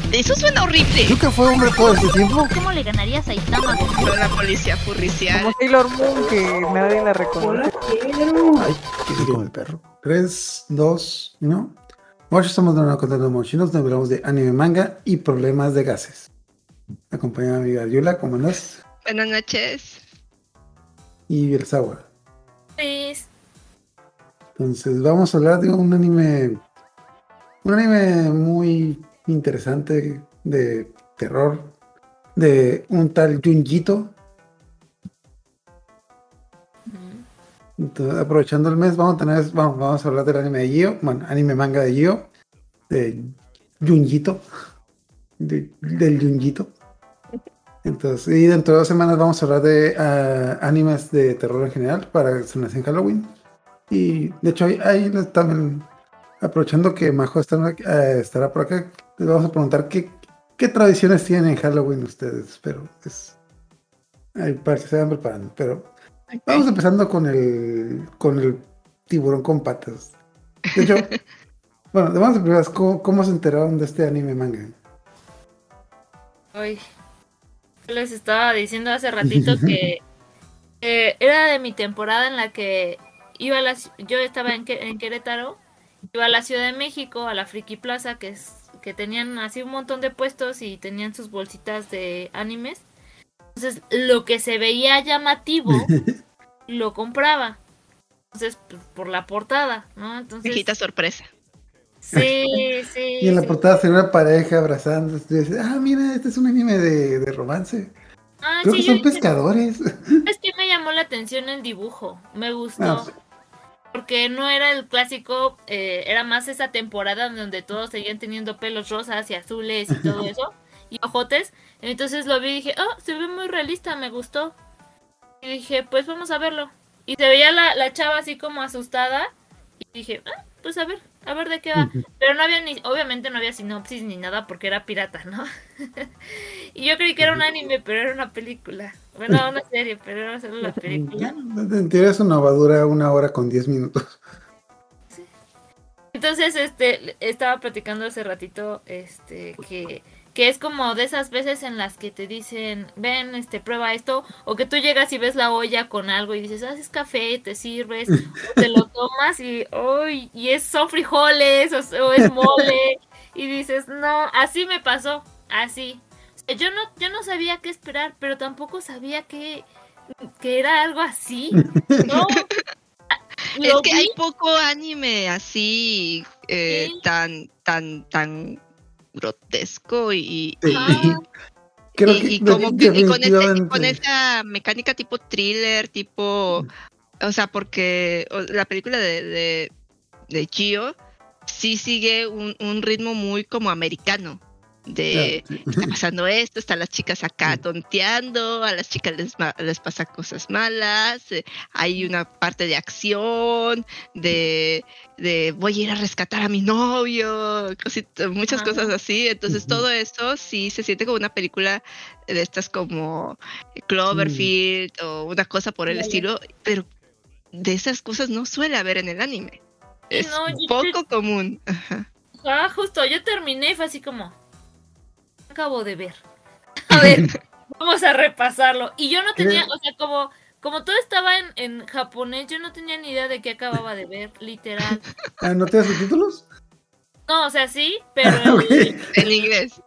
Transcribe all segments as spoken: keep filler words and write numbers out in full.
Eso suena horrible. ¿Tú que fue hombre todo este tiempo? ¿Cómo le ganarías a Itama? Con la policía furricial. Como Sailor Moon, que nadie la reconoce. Ay, ¿qué se come el perro? tres, dos, uno. Hoy estamos de nuevo contando mochinos, donde hablamos de anime, manga y problemas de gases. Acompañada mi amiga Yula, ¿cómo andas? Buenas noches. Y Bielsawa. Pues... Entonces vamos a hablar de un anime, un anime muy interesante de terror, de un tal Junjito. Entonces, aprovechando el mes, vamos a tener, vamos, vamos a hablar del anime de Gio, bueno, anime manga de Gio, de Junjito, de, del Junjito. Entonces, y dentro de dos semanas vamos a hablar de uh, animes de terror en general para estrenarse en Halloween. Y de hecho, ahí, ahí también, aprovechando que Majo está, uh, estará por acá, les vamos a preguntar qué, qué tradiciones tienen en Halloween ustedes. Pero es, ahí para que se vayan preparando. Pero okay. Vamos empezando con el con el tiburón con patas. De hecho, bueno, vamos a primero, ¿cómo, ¿cómo se enteraron de este anime manga? Ay, les estaba diciendo hace ratito que eh, era de mi temporada en la que iba a la, yo estaba en, en Querétaro, iba a la Ciudad de México, a la Friki Plaza, que es que tenían así un montón de puestos y tenían sus bolsitas de animes. Entonces, lo que se veía llamativo, lo compraba. Entonces, pues, por la portada, ¿no? Entonces... Cajita sorpresa. Sí, sí. Y en la sí. portada se ve una pareja abrazando. Y dices, ah, mira, este es un anime de, de romance. Ah, Creo sí, que son yo, pescadores. Es que me llamó la atención el dibujo. Me gustó. Ah, sí. Porque no era el clásico, eh, era más esa temporada donde todos seguían teniendo pelos rosas y azules y todo eso, y ojotes. Entonces lo vi y dije, oh, se ve muy realista, me gustó. Y dije, pues vamos a verlo. Y se veía la, la chava así como asustada, y dije, ah, pues a ver, a ver de qué va. Pero no había ni, obviamente no había sinopsis ni nada porque era pirata, ¿no? Y yo creí que era un anime, pero era una película. Bueno, una serie, pero era solo la película. En teoría eso no va a durar una hora con diez minutos. Sí. Entonces, este, estaba platicando hace ratito, este, que, que es como de esas veces en las que te dicen, ven, este, prueba esto, o que tú llegas y ves la olla con algo y dices, haces café, te sirves, te lo tomas y, uy, y es, son frijoles, o, o es mole, y dices, no, así me pasó, así. Yo no, yo no sabía qué esperar, pero tampoco sabía que, que era algo así. No, es que vi. Hay poco anime así eh, ¿Sí? tan, tan, tan grotesco y, sí. y, Creo y, que y como que y con, ese, con esa mecánica tipo thriller, tipo, o sea, porque la película de, de, de Gio sí sigue un, un ritmo muy como americano. De claro, sí. Está pasando esto, están las chicas acá tonteando, a las chicas les, les pasan cosas malas, eh, hay una parte de acción, de, de voy a ir a rescatar a mi novio, cosita, muchas ah. cosas así. Entonces uh-huh. todo eso sí se siente como una película de estas como Cloverfield sí. o una cosa por el sí. estilo, pero de esas cosas no suele haber en el anime. Es no, poco yo... común. Ajá. Ah, justo, yo terminé y fue así como acabo de ver. A ver, vamos a repasarlo. Y yo no tenía, o sea, como, como todo estaba en, en japonés, yo no tenía ni idea de qué acababa de ver, literal. ¿Ah, no te das subtítulos? No, o sea, sí, pero ah, okay. el, en inglés.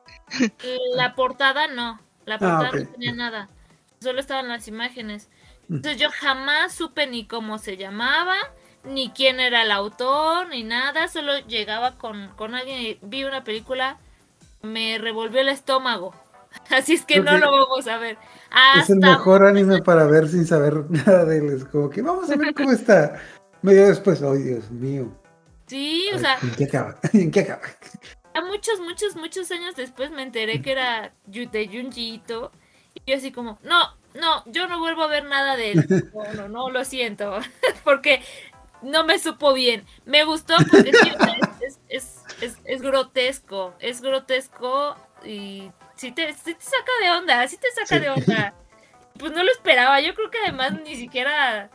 La portada no, la portada ah, okay. no tenía nada, solo estaban las imágenes. Entonces yo jamás supe ni cómo se llamaba, ni quién era el autor, ni nada, solo llegaba con, con alguien y vi una película. Me revolvió el estómago. Así es que Creo no que lo vamos a ver. Hasta es el mejor anime para ver sin saber nada de él. Es como que vamos a ver cómo está. Medio después, ¡ay, oh, Dios mío! Sí, a o ver, sea. ¿En qué acaba? ¿En qué acaba? A muchos, muchos, muchos años después me enteré que era de Junjito. Y yo así como, no, no, yo no vuelvo a ver nada de él. No, no, no, lo siento. Porque no me supo bien. Me gustó porque sí, es, es, es, es grotesco. Es grotesco y sí te, sí te saca de onda. Sí te saca sí. de onda. Pues no lo esperaba. Yo creo que además ni siquiera...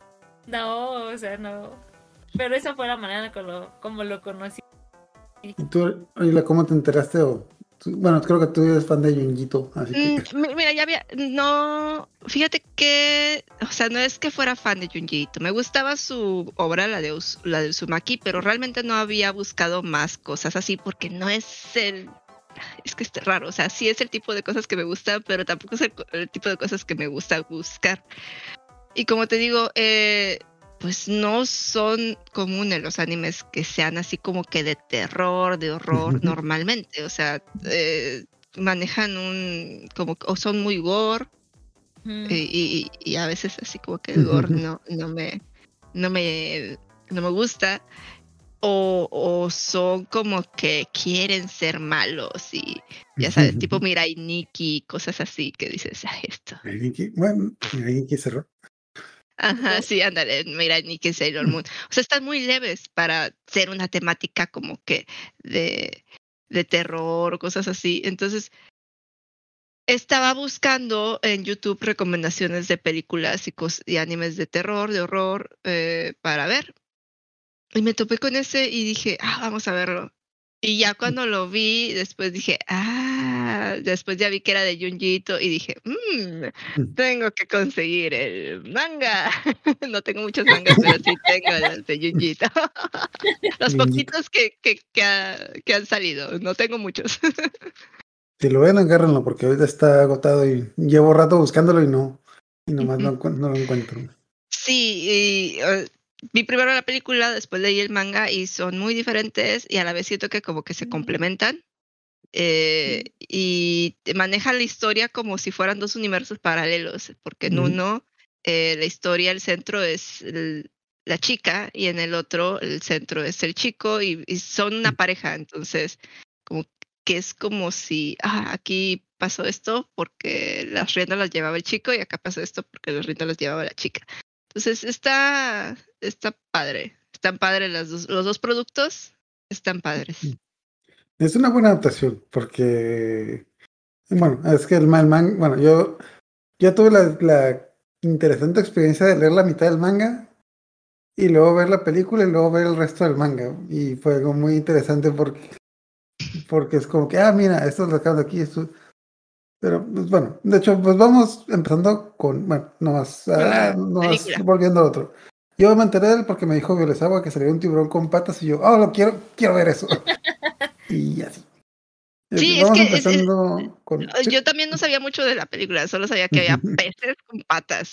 No, o sea, no. Pero esa fue la manera como lo, como lo conocí. ¿Y tú, Oye, cómo te enteraste o tú- bueno, creo que tú eres fan de Junjito, así que... Mm, mira, ya había, no, fíjate que, o sea, no es que fuera fan de Junji Ito, me gustaba su obra, la de, Us- la de Uzumaki, pero realmente no había buscado más cosas así porque no es el, es que es raro, o sea, sí es el tipo de cosas que me gustan, pero tampoco es el, el tipo de cosas que me gusta buscar. Y como te digo, eh, pues no son comunes los animes que sean así como que de terror, de horror normalmente. O sea, eh, manejan un, como, o son muy gore, Mm. y, y- y a veces así como que el gore no, no me, no me, no me gusta. O, o son como que quieren ser malos y ya sabes, tipo Mirai Nikki, cosas así que dices, "Ay, esto. Mirai, bueno, Mirai cerró. Ajá, sí, ándale, mira, ni que Sailor Moon. O sea, están muy leves para ser una temática como que de, de terror o cosas así. Entonces, estaba buscando en YouTube recomendaciones de películas y, cos- y animes de terror, de horror, eh, para ver. Y me topé con ese y dije, ah, vamos a verlo. Y ya cuando lo vi, después dije, ah, después ya vi que era de Junjito y dije, mmm, tengo que conseguir el manga. No tengo muchos mangas, pero sí tengo los de Junjito. Los Junjito. poquitos que, que, que, ha- que han salido, no tengo muchos. Si lo ven, agárrenlo, porque ahorita está agotado y llevo rato buscándolo y no, y nomás no, encu- no lo encuentro. Sí, y, eh, vi primero la película, después leí el manga y son muy diferentes y a la vez siento que como que se complementan. eh, y te maneja la historia como si fueran dos universos paralelos, porque en Ujú. uno eh, la historia, el centro es el- la chica y en el otro el centro es el chico y, y son una pareja, entonces como que es como si, ah, aquí pasó esto porque las riendas las llevaba el chico y acá pasó esto porque las riendas las llevaba la chica. Entonces está, está padre, están padres las dos- los dos productos, están padres. Es una buena adaptación, porque, bueno, es que el man, man- bueno, yo, yo tuve la, la interesante experiencia de leer la mitad del manga y luego ver la película y luego ver el resto del manga. Y fue algo muy interesante porque, porque es como que, ah, mira, esto es lo que de aquí, esto. Pero, pues bueno, de hecho, pues vamos empezando con, bueno, nomás, Con ah, la nomás película. volviendo a otro. Yo me enteré de él porque me dijo Violesagua que salió un tiburón con patas y yo, oh, lo quiero, quiero ver eso. Y así. Ok, Sí, es vamos que es, es- empezando con... sí. yo también no sabía mucho de la película, solo sabía que había peces con patas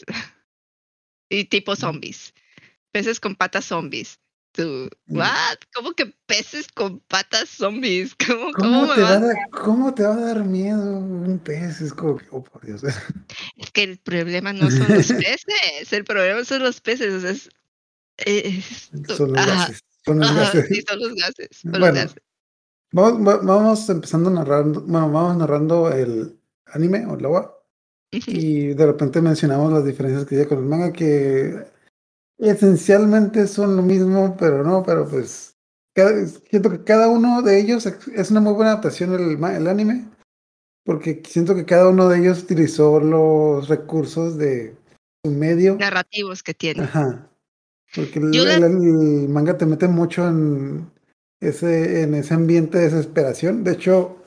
y tipo zombies. Peces con patas zombies. Tú, ¿what? ¿Cómo que peces con patas zombies? ¿Cómo, cómo ¿Cómo me te va a vas? dar, cómo te va a dar miedo un pez? Es como que, oh, por Dios. Es que el problema no son los peces, el problema son los peces. O sea, es, es- Son los ajá, gases. Son los ajá, gases. sí, son los gases, son los Bueno, gases. vamos, va- vamos empezando narrando, bueno, vamos narrando el anime o el O V A. Ujú. Y de repente mencionamos las diferencias que hay con el manga, que esencialmente son lo mismo, pero no, pero pues cada- siento que cada uno de ellos ex- es una muy buena adaptación el, ma- el anime, porque siento que cada uno de ellos utilizó los recursos de su medio. Narrativos que tiene. Ajá, porque Yo el, la el- el manga te mete mucho en ese, en ese ambiente de desesperación. De hecho,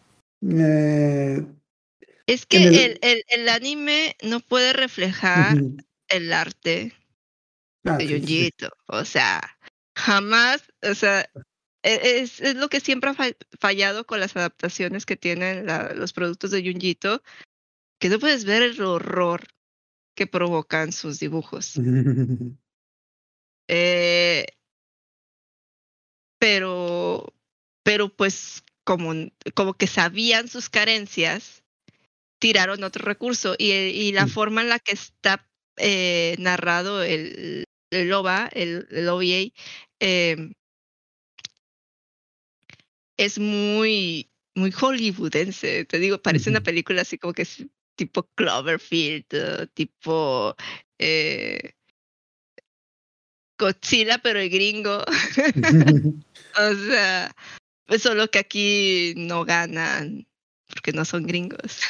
eh, Es en que el, el... el, el anime no puede reflejar Ujú. el arte Ah, de sí, sí, sí. Junjito. O sea, jamás, o sea, e- es, es lo que siempre ha fa- fallado con las adaptaciones que tienen la- los productos de Junjito, que no puedes ver el horror que provocan sus dibujos. Eh, pero, pero pues como, como que sabían sus carencias, tiraron otro recurso y, y la forma en la que está eh, narrado el, el O V A, el, el O V A, eh, es muy, muy hollywoodense. Te digo, parece una película así como que es tipo Cloverfield, uh, tipo eh, Godzilla, pero el gringo. O sea, pues solo que aquí no ganan porque no son gringos.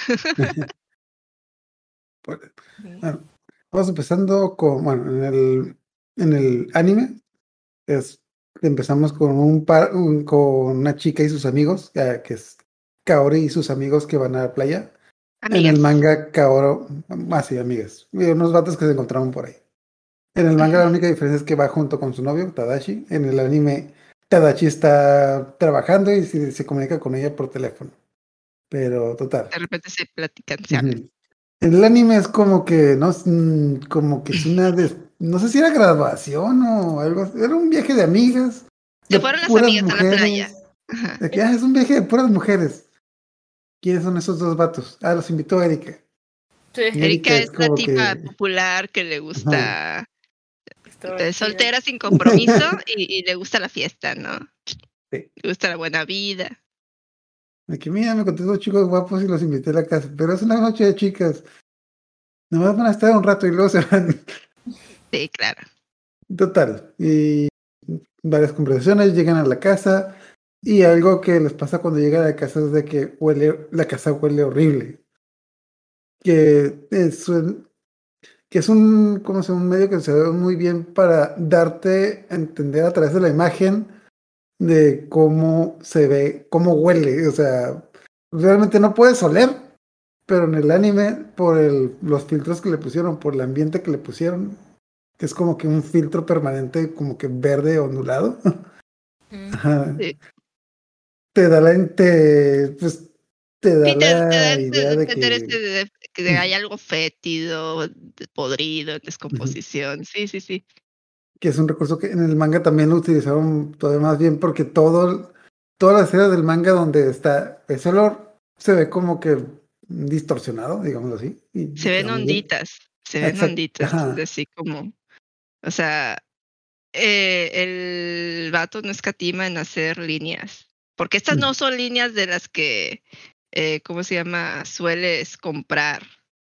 Bueno, vamos empezando con, bueno, en el, en el anime, es, empezamos con un par, un- con una chica y sus amigos, eh, que es Kaori y sus amigos que van a la playa. Amigas. En el manga, Kaoru, ah, sí, amigas, y unos vatos que se encontraron por ahí. En el manga, la única diferencia es que va junto con su novio, Tadashi. En el anime, Tadashi está trabajando y se, se comunica con ella por teléfono. Pero, total. De repente se platican, se hablan. Uh-huh. En el anime es como que, no, como que es una, des, no sé si era graduación o algo, era un viaje de amigas. Se de fueron las puras amigas mujeres, a la playa. Ajá. De que, ah, es un viaje de puras mujeres. ¿Quiénes son esos dos vatos? Ah, los invitó Erika. Sí. Y Erika es la tipa que... popular que le gusta Ajá. soltera sin compromiso y, y le gusta la fiesta, ¿no? Sí. Le gusta la buena vida. De que mira, me conté dos chicos guapos y los invité a la casa, pero es una noche de chicas. Nomás van a estar un rato y luego se van. Sí, claro. Total. Y varias conversaciones, llegan a la casa y algo que les pasa cuando llegan a la casa es de que huele, la casa huele horrible. Que es un, que es un, ¿cómo se llama? Un medio que se ve muy bien para darte a entender a través de la imagen de cómo se ve, cómo huele. O sea, realmente no puedes oler, pero en el anime, por el, los filtros que le pusieron, por el ambiente que le pusieron, que es como que un filtro permanente, como que verde ondulado. Mm. Ajá. Sí. Te da la, te, pues, te da Sí, te, la te da idea de entender que... este de, que de hay algo fétido, podrido, descomposición. Sí, sí, sí. Que es un recurso que en el manga también lo utilizaron todavía más bien porque todo, toda la escena del manga donde está ese olor se ve como que distorsionado, digamos así. Y Se ven onditas, se ven Exacto. onditas, Ajá. así como, o sea, eh, el vato no escatima en hacer líneas, porque estas no son líneas de las que, eh, ¿cómo se llama? Sueles comprar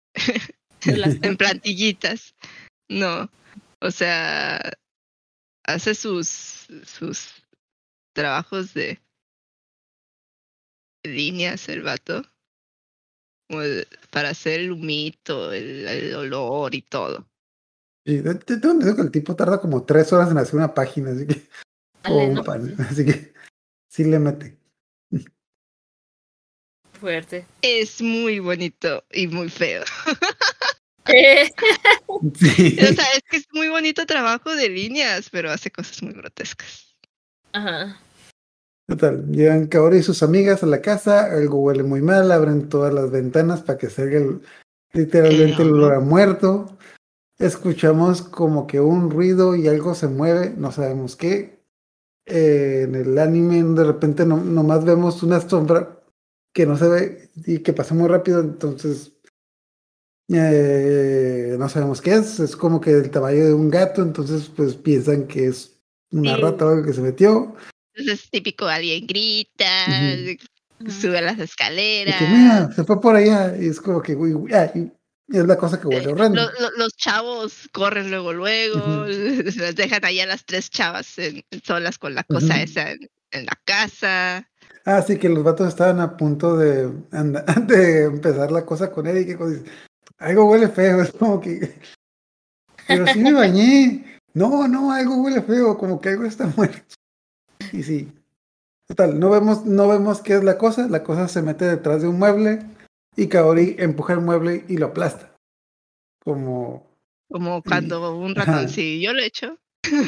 en plantillitas, no, o sea, hace sus, sus trabajos de líneas el vato, como de, para hacer el humito, el, el olor y todo. Sí, te tengo entendido que el tipo tarda como tres horas en hacer una página, así que... Ale, o un no. pan, así que sí le mete. Fuerte. Es muy bonito y muy feo. Eh, Sí. O sea, es que es muy bonito trabajo de líneas, pero hace cosas muy grotescas. Ajá. Total, llegan Kaori y sus amigas a la casa, algo huele muy mal, abren todas las ventanas para que salga el, literalmente el olor a muerto. Escuchamos como que un ruido y algo se mueve, no sabemos qué. Eh, en el anime de repente no, nomás vemos una sombra que no se ve y que pasa muy rápido, entonces eh, no sabemos qué es. Es como que del tamaño de un gato, entonces pues piensan que es una Sí. rata o algo que se metió. Entonces es típico, alguien grita, Ujú. sube las Y escaleras. que mira, se fue por allá y es como que uy, uy, ah, y es la cosa que huele horrendo. Lo, lo, los chavos corren luego, luego, Ujú. se las dejan allá las tres chavas en, solas con la cosa Ujú. esa en, en la casa. Ah, sí, que los vatos estaban a punto de, anda- de empezar la cosa con él y que dice, algo huele feo, es como que, pero sí me bañé. No, no, algo huele feo, como que algo está muerto. Y sí, total, no vemos, no vemos qué es la cosa, la cosa se mete detrás de un mueble y Kaori empuja el mueble y lo aplasta. Como... Como y- cuando un ajá. ratoncillo lo he hecho.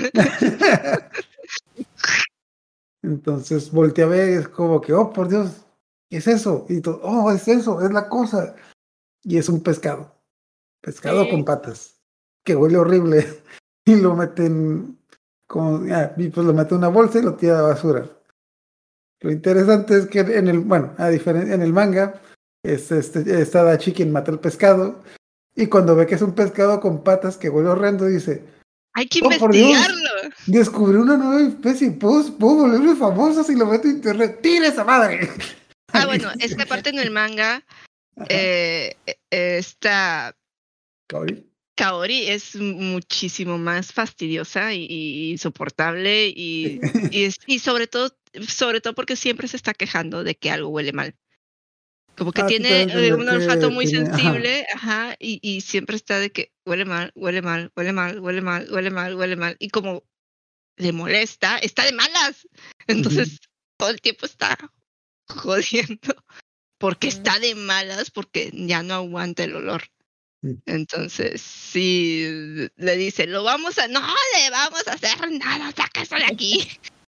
Entonces voltea a ver y es como que, oh, por Dios, ¿qué es eso? Y todo, oh, es eso, es la cosa. Y es un pescado. Pescado Sí. con patas. Que huele horrible. Y lo meten como, ah, y pues lo mete en una bolsa y lo tira a la basura. Lo interesante es que en el, bueno, a diferencia, en el manga, es este, está Dachi quien mata el pescado. Y cuando ve que es un pescado con patas que huele horrendo, dice, Hay que oh, por Dios, investigarlo. descubrí una nueva especie, puedo, puedo volverme famoso si lo meto en internet. ¡Tira esa madre! Ah, bueno, es que aparte en el manga, eh, esta Kaori. Kaori es muchísimo más fastidiosa y, y insoportable y, y, es, y sobre todo, sobre todo porque siempre se está quejando de que algo huele mal. Como que Ah, sí, tiene te eh, un olfato muy tiene, sensible, ajá, ajá y, y siempre está de que huele mal, huele mal, huele mal, huele mal, huele mal, huele mal. Y como le molesta, está de malas. Entonces, uh-huh. todo el tiempo está jodiendo porque está de malas, porque ya no aguanta el olor. Entonces, sí, le dice, lo vamos a, no le vamos a hacer nada, sáquese de aquí.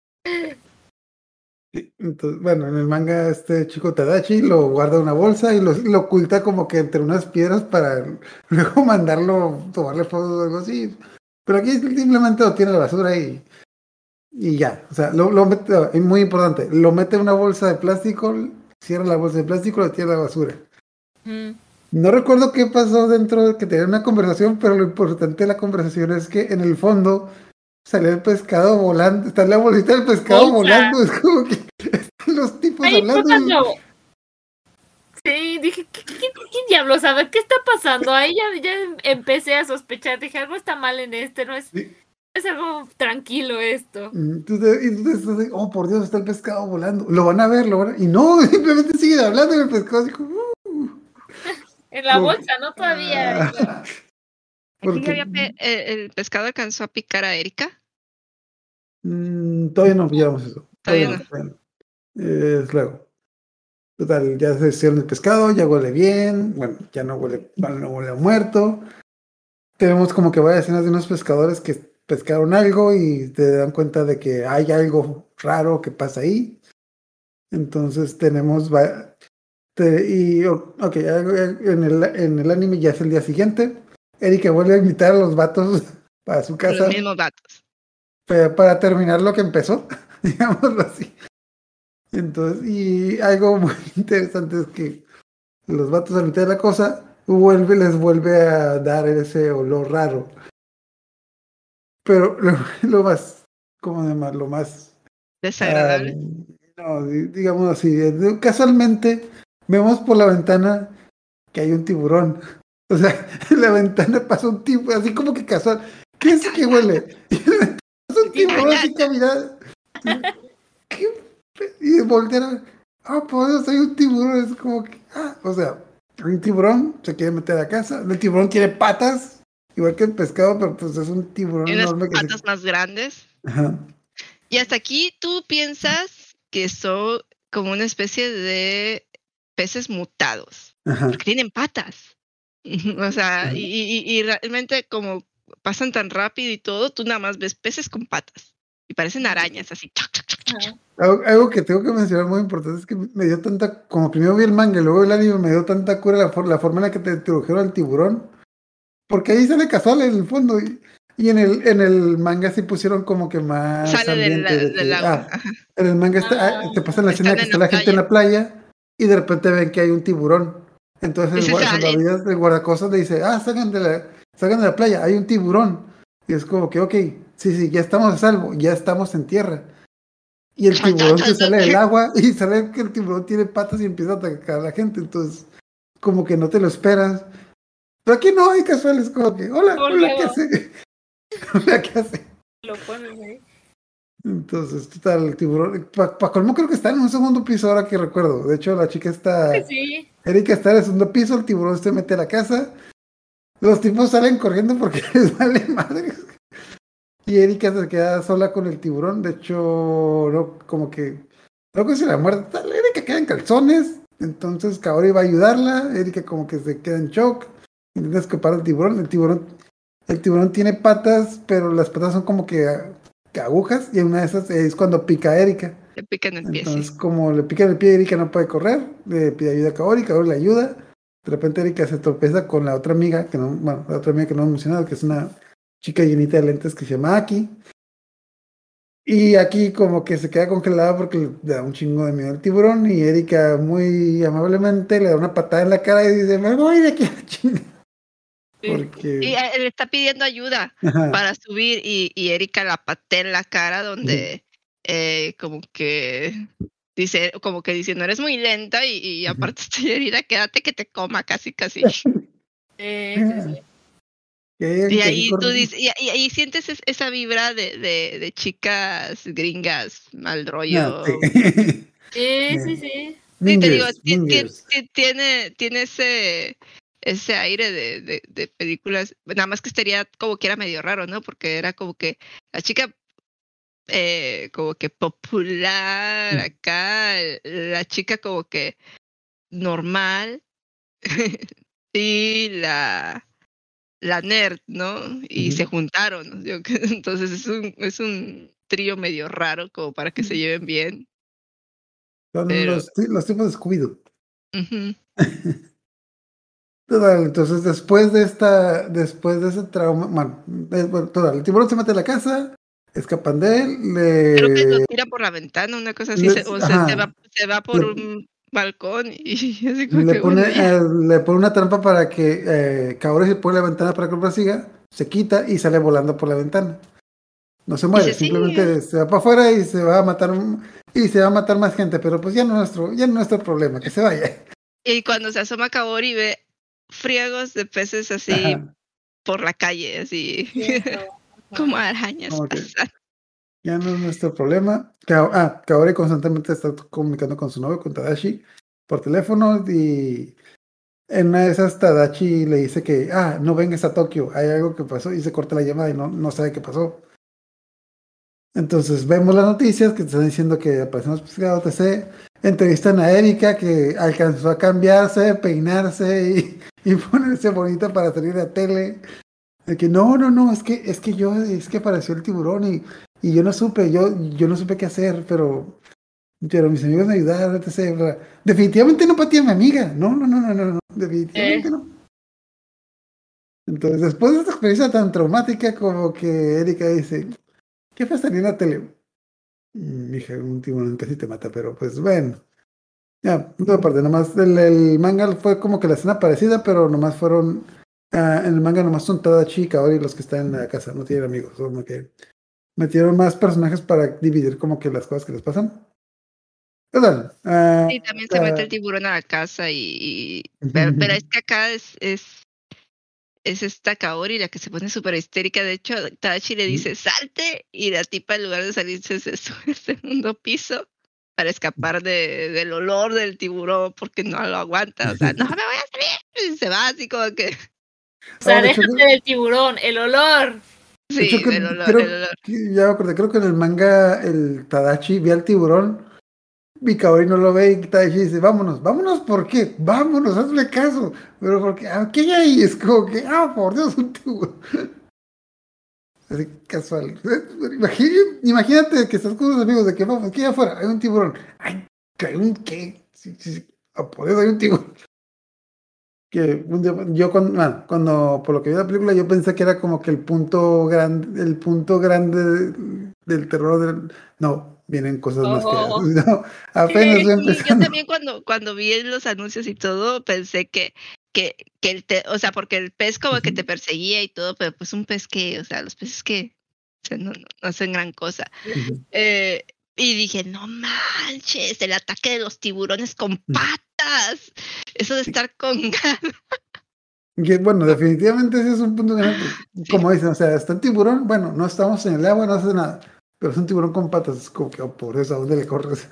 Entonces, bueno, en el manga este chico Tadachi lo guarda en una bolsa y lo, lo oculta como que entre unas piedras para luego mandarlo, tomarle fotos o algo así. Pero aquí simplemente lo tiene en la basura y, y ya. O sea, lo, lo mete, es muy importante, lo mete en una bolsa de plástico, cierra la bolsa de plástico y lo tira a la basura. Mm. No recuerdo qué pasó dentro de que tenía una conversación, pero lo importante de la conversación es que en el fondo salió el pescado volando, está la bolsita del pescado Bolsa. volando, es como que están los tipos Ay, hablando. Y... Sí, dije, ¿qué, qué, qué diablos? A ver, ¿qué está pasando? Ahí ya, ya empecé a sospechar, dije, algo está mal en este, no es, sí. Es algo tranquilo esto. Entonces, entonces, oh, por Dios, está el pescado volando, lo van a ver, lo van a... y no, simplemente siguen hablando en el pescado, así como... Uh. En la porque... bolsa, no todavía. Ah. Porque... había pe- ¿El pescado alcanzó a picar a Erika? Mm, todavía no pillamos eso. Todavía, todavía no. no. Bueno, es luego. Total, ya se hicieron el pescado, ya huele bien. Bueno, ya no huele, bueno, no huele a muerto. Tenemos como que varias escenas de unos pescadores que pescaron algo y te dan cuenta de que hay algo raro que pasa ahí. Entonces tenemos... Te, y, ok, en el, en el anime ya es el día siguiente. Erika vuelve a invitar a los vatos para su casa. Los mismos vatos. Para, para terminar lo que empezó, digámoslo así. Entonces, y algo muy interesante es que los vatos a mitad de la cosa vuelve, les vuelve a dar ese olor raro. Pero lo, lo más, ¿cómo llamarlo? Lo más desagradable. Uh, no, digamos así, casualmente vemos por la ventana que hay un tiburón. O sea, en la ventana pasa un tiburón, así como que casual. ¿Qué es que huele? Y pasa un tiburón así caminando. ¿Qué? Y voltean. Ah, por Dios, hay un tiburón. Es como que, ah, o sea, hay un tiburón, se quiere meter a casa. El tiburón tiene patas, igual que el pescado, pero pues es un tiburón tiene enorme. Tiene patas se... más grandes. Ajá. Y hasta aquí tú piensas que son como una especie de peces mutados. Ajá. Porque tienen patas. O sea, y, y, y realmente como pasan tan rápido y todo, tú nada más ves peces con patas. Y parecen arañas así. Algo, algo que tengo que mencionar muy importante es que me dio tanta, como primero vi el manga y luego el anime, me dio tanta cura la, for, la forma en la que te introdujeron al tiburón. Porque ahí sale casual en el fondo. Y, y en el en el manga sí pusieron como que más sale ambiente. Del, de del que, agua. Ah, en el manga está, Ah, te pasan la escena que está la, la gente en la playa y de repente ven que hay un tiburón. Entonces el, guarda, el guardacostas le dice, ah, salgan de, la, salgan de la playa, hay un tiburón. Y es como que, ok, sí, sí, ya estamos a salvo, ya estamos en tierra. Y el tiburón se sale del agua y sale que el tiburón tiene patas y empieza a atacar a la gente. Entonces, como que no te lo esperas. Pero aquí no hay casuales, como que, hola, hola, hola ¿qué hace? Hola, ¿qué hace? Lo pones ahí. Entonces, total, el tiburón. Para pa colmo, creo que está en un segundo piso ahora que recuerdo. De hecho, la chica está. Sí. Erika está en el segundo piso, el tiburón se mete a la casa. Los tipos salen corriendo porque les vale madre. Y Erika se queda sola con el tiburón. De hecho, no, como que. Creo que se la muerte. Erika queda en calzones. Entonces, Kaori va a ayudarla. Erika, como que se queda en shock. Intenta escapar del tiburón. El tiburón. El tiburón tiene patas, pero las patas son como que. agujas, y una de esas es cuando pica a Erika. Le pica en el pie. Entonces, sí. como le pica en el pie, Erika no puede correr, le pide ayuda a Kaori, Kaori le ayuda. De repente Erika se tropeza con la otra amiga, que no, bueno, la otra amiga que no hemos mencionado, que es una chica llenita de lentes que se llama Aki. Y Aki como que se queda congelada porque le da un chingo de miedo al tiburón, y Erika muy amablemente le da una patada en la cara y dice, me voy de aquí a la chingada. Porque... Y le está pidiendo ayuda Ajá. para subir y, y Erika la patea en la cara donde uh-huh. eh, como que dice, como que diciendo eres muy lenta y, y uh-huh. aparte estoy herida, quédate que te coma casi casi. eh, sí, sí. Y ahí tú dices, y, y ahí sientes es, esa vibra de, de, de chicas gringas mal rollo. No, sí. sí, sí, sí. Sí, te digo, tiene, tiene, tiene ese ese aire de, de, de películas, nada más que estaría como que era medio raro, ¿no? Porque era como que la chica eh, como que popular acá, la chica como que normal y la, la nerd, ¿no? Y Ujú. se juntaron, ¿no? Yo que- Entonces es un, es un trío medio raro como para que se lleven bien, Son pero los, ti- los tipos de Scooby-Doo. ujú. Total, entonces después de esta, después de ese trauma, bueno, eh, bueno, total, el tiburón se mete a la casa, escapan de él, Creo que lo le, tira por la ventana, una cosa así, se- le- o se, se ajá, va, se va por le, un balcón y así como le que pone, bueno, ya. eh, le pone una trampa para que eh, Kaori se pone la ventana para que lo persiga, se quita y sale volando por la ventana. No se Y muere, se sigue. simplemente se va para afuera y se va a matar un- y se va a matar más gente, pero pues ya no es nuestro, ya no es nuestro problema, que se vaya. Y cuando se asoma Kaori ve friegos de peces así Ajá, por la calle, así Eso. como Ajá. arañas como que pasando. ya no es nuestro problema. Ka- ah, Kaori constantemente está comunicando con su novio, con Tadashi, por teléfono y en una de esas Tadashi le dice que, ah, no vengas a Tokio, hay algo que pasó y se corta la llamada y no, no sabe qué pasó. Entonces vemos las noticias que te están diciendo que aparecemos pescados, etcétera. Entrevistan a Erika que alcanzó a cambiarse, peinarse y, y ponerse bonita para salir a tele. De que no, no, no, es que, es que yo, es que apareció el tiburón y, y yo no supe, yo, yo no supe qué hacer, pero, pero mis amigos me ayudaron, etcétera. Bla, bla. Definitivamente no pateé a mi amiga. No, no, no, no, no, no, definitivamente Eh, no. Entonces, después de esta experiencia tan traumática, como que Erika dice, ¿qué fue salir en la tele? Mm, Hija, un tiburón casi te mata, pero pues bueno. Ya, punto de parte, nomás el, el manga fue como que la escena parecida, pero nomás fueron, ah, en el manga nomás son Tadachi y Kaori los que están en la casa, no tienen amigos, como que metieron más personajes para dividir como que las cosas que les pasan. Total, ah, Y también se mete ah, el tiburón a la casa y, y- pero, pero es que acá es, es, es esta Kaori la que se pone súper histérica. De hecho, Tadashi le dice salte y la tipa en lugar de salirse se sube al segundo piso para escapar de, del olor del tiburón porque no lo aguanta. O sea, no me voy a salir. Y se va así como que, o oh, sea, de hecho, déjate del tiburón, el olor. de hecho sí, que- del olor, el creo olor. que ya me acordé, creo que en el manga el Tadachi ve al tiburón. Mi Kaori no lo ve y Tadashi dice, vámonos, vámonos, ¿por qué? Vámonos, hazle caso. Pero porque, ¿a qué hay ahí? Es como que, ah, por Dios, un tiburón. Así casual. Imagínate, imagínate que estás con unos amigos de que vamos, aquí afuera hay un tiburón. Ay, que hay un qué. Sí, sí, sí. Ah, por eso hay un tiburón. Que un día- yo cuando, ah, cuando, por lo que vi la película, yo pensé que era como que el punto grande, el punto grande del terror del. No, vienen cosas más feas. Oh, No, apenas voy Sí, yo empezando. también cuando, cuando vi los anuncios y todo pensé que, que, que el te, o sea, porque el pez como que te perseguía y todo, pero pues un pez que, o sea, los peces que o sea, no, no- no hacen gran cosa. Eh, y dije, no manches, el ataque de los tiburones con patas. Eso de estar con ganas. Que, bueno, No, definitivamente ese es un punto grande, porque, sí. como dicen, o sea, está el tiburón, bueno, no estamos en el agua, no hace nada, pero es un tiburón con patas, es como que, oh, por eso, ¿a dónde le corres?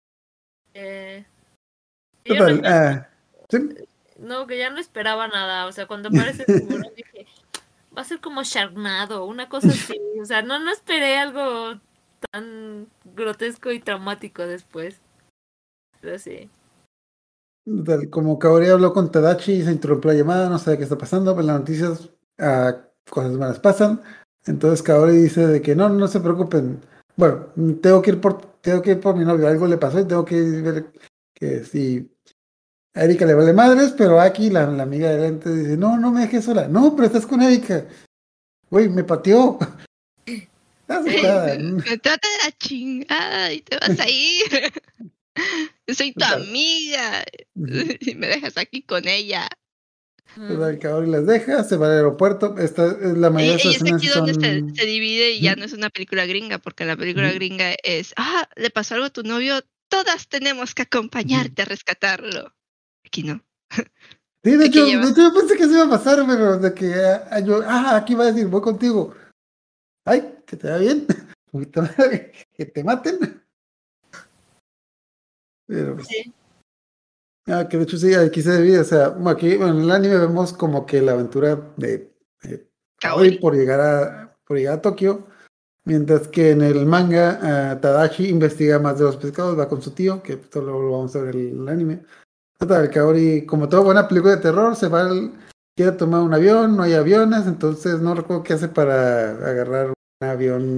eh, yo no, Total, ah, sí, no, que ya no esperaba nada. O sea, cuando aparece el tiburón dije, va a ser como Sharknado, una cosa así. O sea, no, no esperé algo tan grotesco y traumático después. Pero sí. total, como Kaori habló con Tadachi y se interrumpió la llamada, no sabe qué está pasando, pues las noticias, ah, cosas malas pasan, entonces Kaori dice de que no, no se preocupen, bueno, tengo que ir por, tengo que ir por mi novio, algo le pasó y tengo que ver que si a Erika le vale madres, pero aquí la, la amiga de lente dice, no, no me dejes sola. No, pero estás con Erika. Güey, me pateó. Está asustada. Me trata de la chingada y te vas a ir. Yo soy tu Total. amiga Ujú. y me dejas aquí con ella. Total, que ahora las deja, se va al aeropuerto. Esta, la Y, mayoría de y estas es escenas aquí donde se, son... se divide y ya Ujú, no es una película gringa, porque la película ujú, gringa es, ah, le pasó algo a tu novio, todas tenemos que ujú. acompañarte a rescatarlo. Aquí no. Sí, de Aquí hecho, de llevas. hecho yo pensé que se iba a pasar, pero de que ah, yo, ah, aquí va a decir, voy contigo. Ay, que te va bien. Puta madre, que te maten. Pero pues, Sí. ah, que de hecho sí, aquí se divide, o sea, bueno, aquí bueno, en el anime vemos como que la aventura de, de Kaori Kaori. por llegar a, por llegar a Tokio, Mientras que en el manga, uh, Tadashi investiga más de los pescados, va con su tío, que esto lo, lo vamos a ver en el anime. Total, Kaori, como toda buena película de terror, se va al, quiere tomar un avión, no hay aviones, entonces no recuerdo qué hace para agarrar un avión.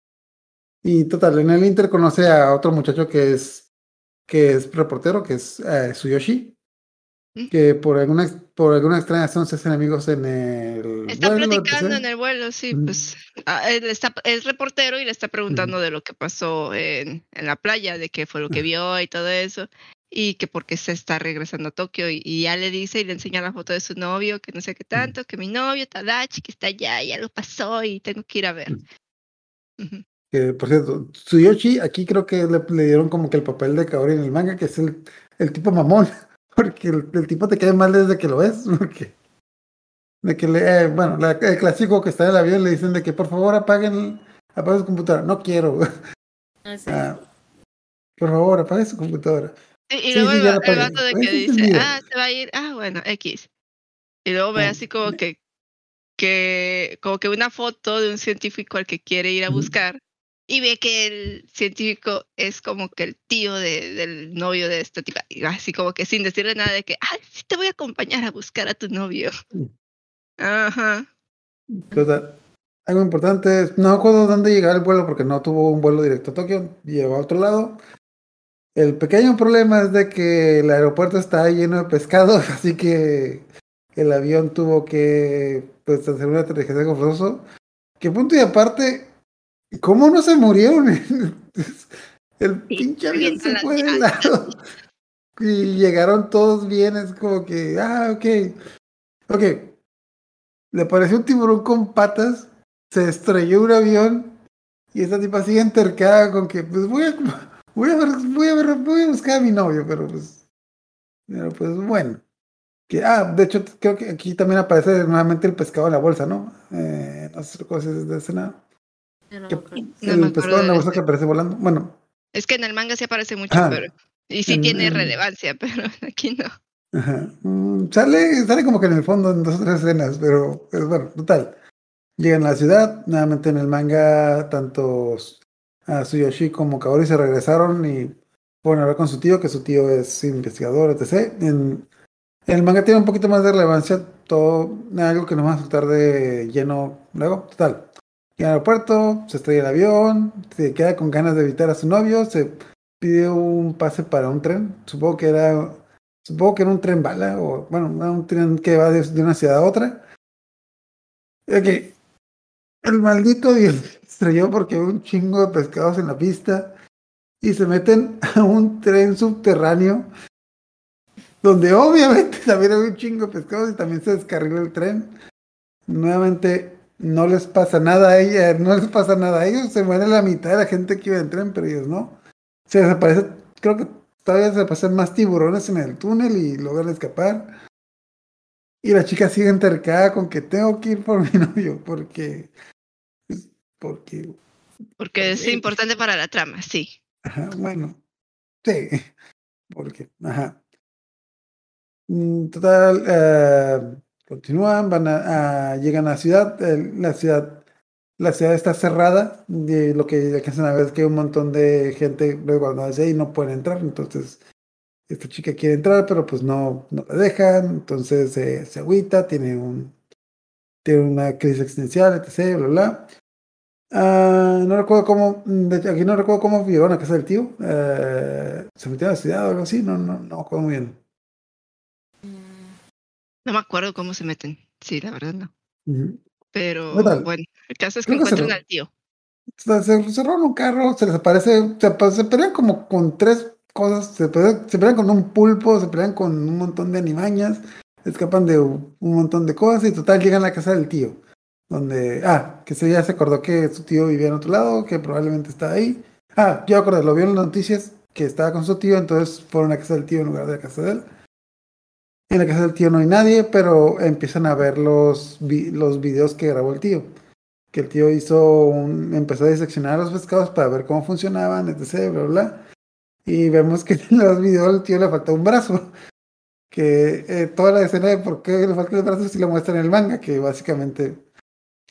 Y total, en el Inter conoce a otro muchacho que es que es reportero, que es uh, Tsuyoshi, que por alguna por alguna extraña razón se hacen amigos en el está vuelo. platicando etcétera en el vuelo, sí, Ujú. pues ah, él está, es reportero y le está preguntando Ujú. de lo que pasó en, en la playa, de qué fue lo que vio y todo eso, y que por qué se está regresando a Tokio, y, y ya le dice y le enseña la foto de su novio, que no sé qué tanto, que mi novio Tadachi, que está allá, ya lo pasó y tengo que ir a ver. Ujú. Que por cierto, Tsuyoshi, aquí creo que le, le dieron como que el papel de Kaori en el manga, que es el, el tipo mamón, porque el, el tipo te cae mal desde que lo ves, porque de que le, eh, bueno, la- el clásico que está en el avión le dicen de que por favor apaguen, apaguen su computadora, no quiero, Así. ah, por favor apaguen su computadora, Y, y sí, luego sí, el, ya va- la el apagué, vato de que pues es dice, entendido. ah, se va a ir, ah, bueno, X. Y luego ve Ah, así como que, que, como que una foto de un científico al que quiere ir a ujú. buscar, y ve que el científico es como que el tío de, del novio de esta tipa, y así como que sin decirle nada de que, ah, sí te voy a acompañar a buscar a tu novio. Ajá. Total. Algo importante es, no recuerdo dónde llegar el vuelo porque no tuvo un vuelo directo a Tokio, llegó a otro lado. El pequeño problema es de que el aeropuerto está lleno de pescado, así que el avión tuvo que pues hacer un aterrizaje forzoso. Que punto y aparte, ¿cómo no se murieron? El Sí, pinche avión viendo se las fue de llantas. lado y llegaron todos bien, es como que, ah, ok, ok. Le pareció un tiburón con patas, se estrelló un avión y esta tipa sigue entercada con que, pues voy a, voy a ver, voy a ver, voy a buscar a mi novio, pero pues, pero pues bueno. Que, ah, de hecho, creo que aquí también aparece nuevamente el pescado en la bolsa, ¿no? Eh, no sé si es de escena. Yo no Que me acuerdo. No me el acuerdo pescado en la de bolsa eso. que aparece volando. Bueno, Es que en el manga sí aparece mucho, pero, ajá, y sí en, tiene en- relevancia, pero aquí no. ajá. Mm, sale, sale como que en el fondo en dos o tres escenas, pero, pero bueno, total. Llegan a la ciudad, nuevamente en el manga, tanto a Tsuyoshi como Kaori se regresaron y fueron a hablar con su tío, que su tío es investigador, etcétera. En, en el manga tiene un poquito más de relevancia, todo algo que nos va a soltar de lleno luego. Total. Llega al aeropuerto, se estrella el avión, se queda con ganas de evitar a su novio, se pide un pase para un tren, supongo que era, supongo que era un tren bala, o bueno, era un tren que va de, de una ciudad a otra. Ok, el maldito avión se estrelló porque hay un chingo de pescados en la pista y se meten a un tren subterráneo donde obviamente también hay un chingo de pescados y también se descarrila el tren. Nuevamente no les pasa nada a ella, no les pasa nada a ellos, se muere la mitad de la gente que iba en tren, pero ellos no. Se desaparece, creo que todavía se desaparecen más tiburones en el túnel y logran escapar. Y la chica sigue entercada con que tengo que ir por mi novio, porque, porque, Porque es porque, importante para la trama, sí. ajá, bueno, sí, porque, ajá. Mm, Total, eh, continúan, van a, a- llegan a la ciudad, eh, la ciudad, la ciudad está cerrada, y lo que alcanzan a ver es que hay un montón de gente resguardándose ahí y no pueden entrar, entonces esta chica quiere entrar, pero pues no, no la dejan, entonces se se agüita, tiene un, tiene una crisis existencial, etcétera, bla, bla. Ah, no recuerdo cómo, mm, de hecho, aquí no recuerdo cómo llegaron a casa del tío, eh, se metieron a la ciudad o algo así, no, no, no me acuerdo muy bien. Mm, No me acuerdo cómo se meten. Sí, la verdad no. Ujú. Pero Total, bueno, el caso es que creo que se, encuentran al tío. se, se, se roban un carro, se les aparece, se, pa- se pelean como con tres cosas, se pelean, se pelean con un pulpo, se pelean con un montón de animañas, escapan de un un montón de cosas y total llegan a la casa del tío, donde, ah, que se ya se acordó que su tío vivía en otro lado, que probablemente estaba ahí. Ah, yo acordé, lo vio en las noticias que estaba con su tío, entonces fueron a la casa del tío en lugar de la casa de él. En la casa del tío no hay nadie, pero empiezan a ver los, vi- los videos que grabó el tío. Que el tío hizo un, empezó a diseccionar los pescados para ver cómo funcionaban, etcétera, bla, bla. Y vemos que en los videos al tío le falta un brazo. Que eh, toda la escena de por qué le falta el brazo sí lo muestra en el manga, que básicamente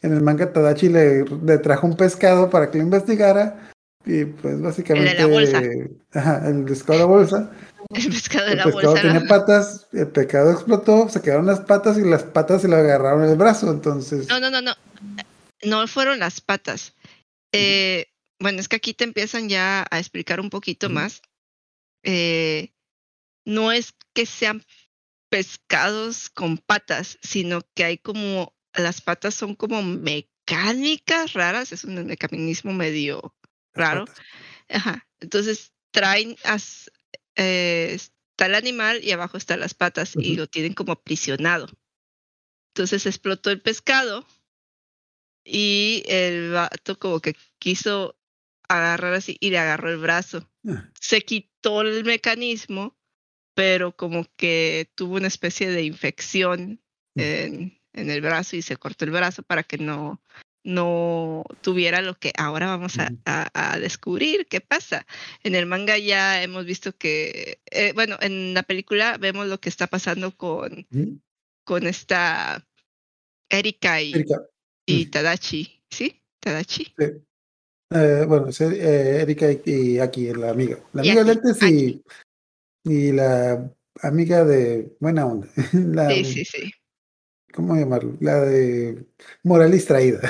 en el manga Tadachi le, le trajo un pescado para que lo investigara y pues básicamente... El de la bolsa. Ajá, el pescado de la bolsa. El pescado de El la pescado bolsa. tenía ¿no? patas, el pescado explotó, se quedaron las patas y las patas se le agarraron el brazo, entonces... No, no, no, no. No fueron las patas. Eh, bueno, es que aquí te empiezan ya a explicar un poquito Ujú. más. Eh, no es que sean pescados con patas, sino que hay como, las patas son como mecánicas raras, es un mecanismo medio Las raro. patas. Ajá. Entonces traen, as- eh, está el animal y abajo están las patas y Ujú. lo tienen como aprisionado. Entonces explotó el pescado y el vato como que quiso agarrar así y le agarró el brazo. Ah, Se quitó el mecanismo, pero como que tuvo una especie de infección en, en el brazo y se cortó el brazo para que no, no tuviera lo que ahora vamos a, ujú. a- a descubrir qué pasa. En el manga ya hemos visto que, eh, bueno, en la película vemos lo que está pasando con, Ujú. con esta Erika y, Erika. y Ujú. Tadachi, ¿sí? Tadachi. Sí. Eh, bueno, es eh, Erika y, y aquí, la amiga. La Y amiga de aquí, lentes aquí. y, y la amiga de buena onda. La, Sí, sí, sí. ¿cómo llamarlo? La de moral distraída.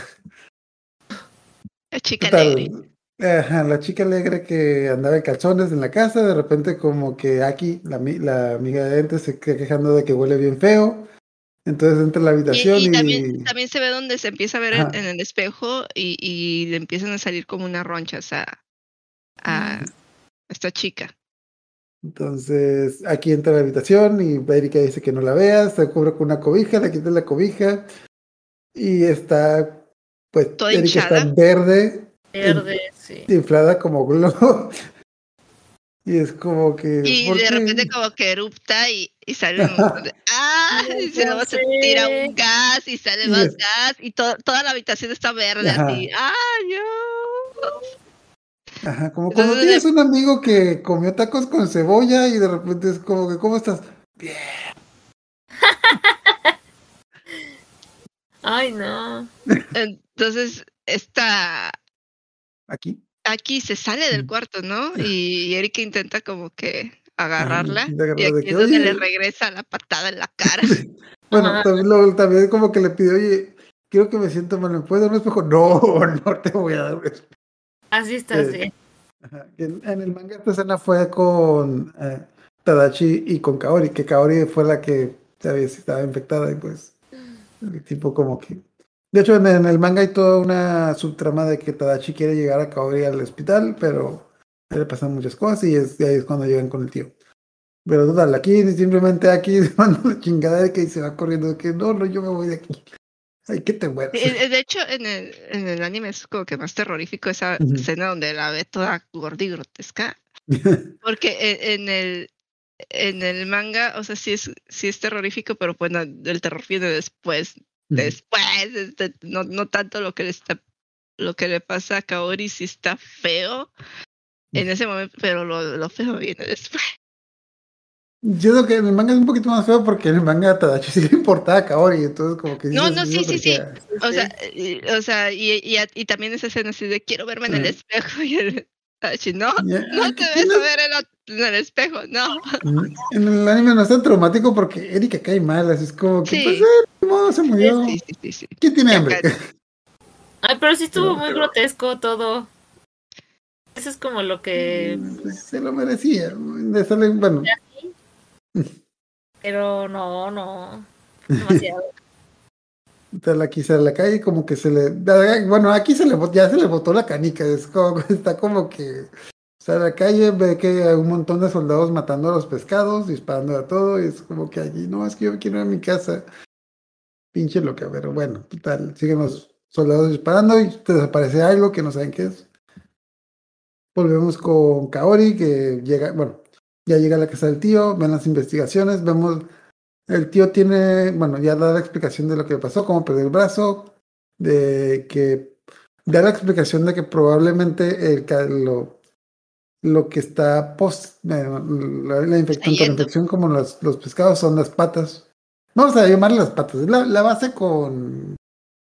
La chica alegre. Total. Ajá, la chica alegre que andaba en calzones en la casa, de repente como que aquí, la, ami- la amiga de lentes se queda quejando de que huele bien feo. Entonces entra a la Y, habitación y también, y... también se ve donde se empieza a ver en, Ajá. en el espejo y, y le empiezan a salir como unas ronchas a, a esta chica. Entonces, aquí entra a la habitación y Erika dice que no la vea, se cubre con una cobija, le quita la cobija y está, pues, Toda Erika está hinchada. verde, in- Verde, sí. inflada como globo. Y es como que, Y ¿por de qué? repente como que erupta y, y sale un montón Ajá. de... ¡Ah! Ay, Y se- ya luego se tira sé. un gas y sale Y más es, gas y to- toda la habitación está verde ajá, así. ¡Ah, no! ajá, como cuando Entonces, tienes un amigo que comió tacos con cebolla y de repente es como que, ¿cómo estás? Bien. Ay, no. entonces esta Aquí. aquí se sale del Mm. cuarto, ¿no? Y, y Erika intenta como que Ajá, agarrarla de y agarrar de aquí que, es donde le oye, regresa la patada en la cara. bueno, Ajá. también, lo- también como que le pidió, oye, creo que me siento mal, ¿me puedes dar un espejo? No, no te voy a dar un espejo. Así está, Eh, sí. ajá, En, en el manga esta escena fue con eh, Tadachi y con Kaori, que Kaori fue la que sabía si estaba infectada y pues el tipo como que... De hecho, en, en el manga hay toda una subtrama de que Tadachi quiere llegar a Kaori al hospital, pero ahí le pasan muchas cosas y es, y ahí es cuando llegan con el tío. Pero total, aquí simplemente aquí manda la chingada de que se va corriendo, de que no, no, yo me voy de aquí. Ay, que te mueras. Eh, De hecho, en el, en el anime es como que más terrorífico esa Ujú. escena donde la ve toda gorda y grotesca. Porque en, en el en el manga, o sea, sí es, sí es terrorífico, pero bueno, el terror viene después. Después, este, no, no tanto lo que le está, lo que le pasa a Kaori sí está feo en ese momento, pero lo, lo feo viene después. Yo creo que en el manga es un poquito más feo porque en el manga a Tadachi sí le importaba a Kaori, entonces como que sí No, se no, sí se sí, sí, sí. aprecia. O sea, Sí. y, o sea, y, y, y también esa escena así de quiero verme en el Ah. espejo y el Tachi, no, Y, no ay, te ¿qué ves a tienes? ver en, la- en el espejo, no. En el anime no es tan traumático porque Erika cae mal, así es como que, pues, Sí, eh, ni modo, se murió. sí, sí, sí, sí. ¿Quién tiene Y hambre? acá, Ay, pero sí estuvo Pero, muy grotesco todo. Eso es como lo que... pues, se lo merecía. Le sale, bueno, Pero no, no. Demasiado. tal, aquí sale a la calle como que se le, bueno, aquí se le bot- ya se le botó la canica, es como, está como que sale a la calle, ve que hay un montón de soldados matando a los pescados, disparando a todo, y es como que allí, no, es que yo quiero ir a mi casa, pinche loca, pero bueno, total, siguen los soldados disparando y te desaparece algo que no saben qué es. Volvemos con Kaori, que llega, bueno, ya llega a la casa del tío, ven las investigaciones, vemos, el tío tiene, bueno, ya da la explicación de lo que pasó, cómo perdió el brazo, de que, da la explicación de que probablemente el, ca- lo, lo que está post, eh, la, la infec- está tanto la yendo. infección como los, los pescados son las patas. Vamos a llamarle las patas, la, la base con,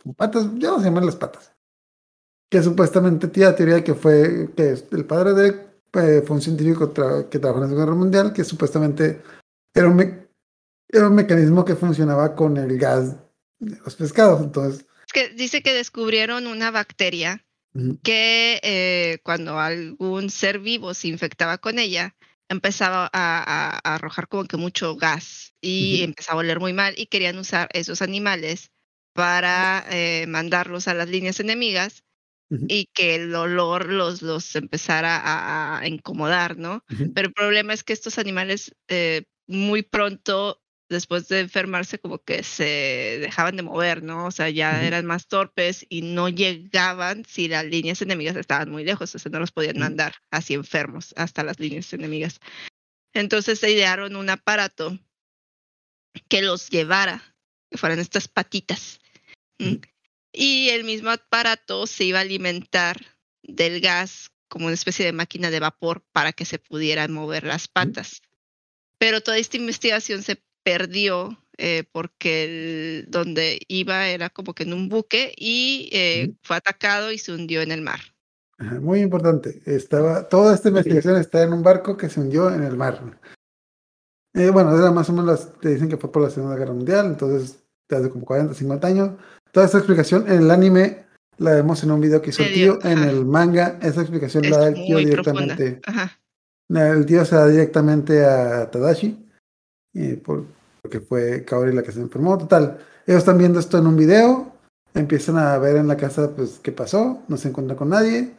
patas, ya vamos a llamar las patas. Que supuestamente tiene la teoría que fue, que el padre de él eh, fue un científico tra- que trabajó en la Segunda Guerra Mundial, que supuestamente era un, me- era un mecanismo que funcionaba con el gas de los pescados. Entonces, Es que dice que descubrieron una bacteria ujú, que eh, cuando algún ser vivo se infectaba con ella, empezaba a, a- a arrojar como que mucho gas y ujú, empezaba a oler muy mal y querían usar esos animales para eh, mandarlos a las líneas enemigas ujú, y que el olor los, los empezara a, a incomodar, ¿no? ujú, Pero el problema es que estos animales eh, muy pronto, después de enfermarse, como que se dejaban de mover, ¿no? O sea, ya ujú, eran más torpes y no llegaban si las líneas enemigas estaban muy lejos, o sea, no los podían ujú, mandar así enfermos hasta las líneas enemigas. Entonces se idearon un aparato que los llevara, que fueran estas patitas. ¿Mm? ujú, Y el mismo aparato se iba a alimentar del gas como una especie de máquina de vapor para que se pudieran mover las ujú, patas. Pero toda esta investigación se perdió eh, porque el, donde iba era como que en un buque y eh, ujú. fue atacado y se hundió en el mar. Ajá, muy importante. Estaba, toda esta investigación está en un barco que se hundió en el mar. Eh, bueno, era más o menos, las- te dicen que fue por la Segunda Guerra Mundial, entonces hace como cuarenta, cincuenta años. Toda esta explicación en el anime la vemos en un video que hizo el Medio, tío. En ajá, el manga, esa explicación la es da el tío muy profunda. directamente. Ajá. El tío se da directamente a Tadashi, eh, por- porque fue Kaori la que se enfermó. Total, ellos están viendo esto en un video, empiezan a ver en la casa pues qué pasó, no se encuentra con nadie.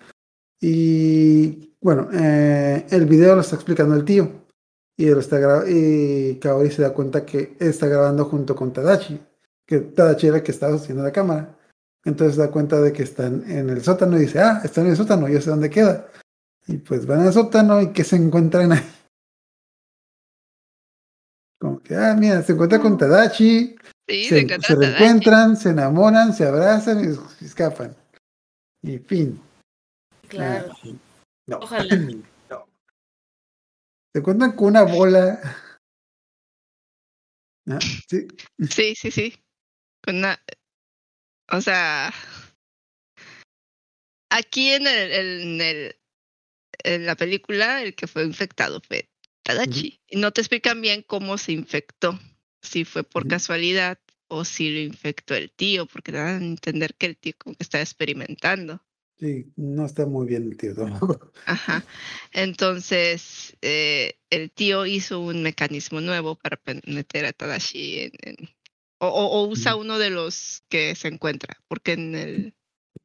Y bueno, eh, el video lo está explicando el tío. Y, lo está gra- y Kaori se da cuenta que está grabando junto con Tadashi, que Tadashi era el que estaba sosteniendo la cámara. Entonces se da cuenta de que están en el sótano y dice, ah, están en el sótano, yo sé dónde queda. Y pues van al sótano y que se encuentran ahí. Como que, ah, mira, se encuentra con Tadashi, Sí, se se, encuentra se Tadashi. reencuentran, se enamoran, se abrazan y se escapan. Y fin. Ah, Claro. no. Ojalá. No. Se encuentran con una bola. Ah, sí. Sí, sí, sí. Con una, o sea, aquí en el, en el en la película el que fue infectado fue Ujú, Tadachi. Y no te explican bien cómo se infectó, si fue por ujú. casualidad o si lo infectó el tío, porque te dan a entender que el tío como que está experimentando. Sí, no está muy bien el tío tampoco. Ajá. Entonces, eh, el tío hizo un mecanismo nuevo para pe- meter a Tadashi en, en- o, o- o usa Ujú. uno de los que se encuentra, porque en el,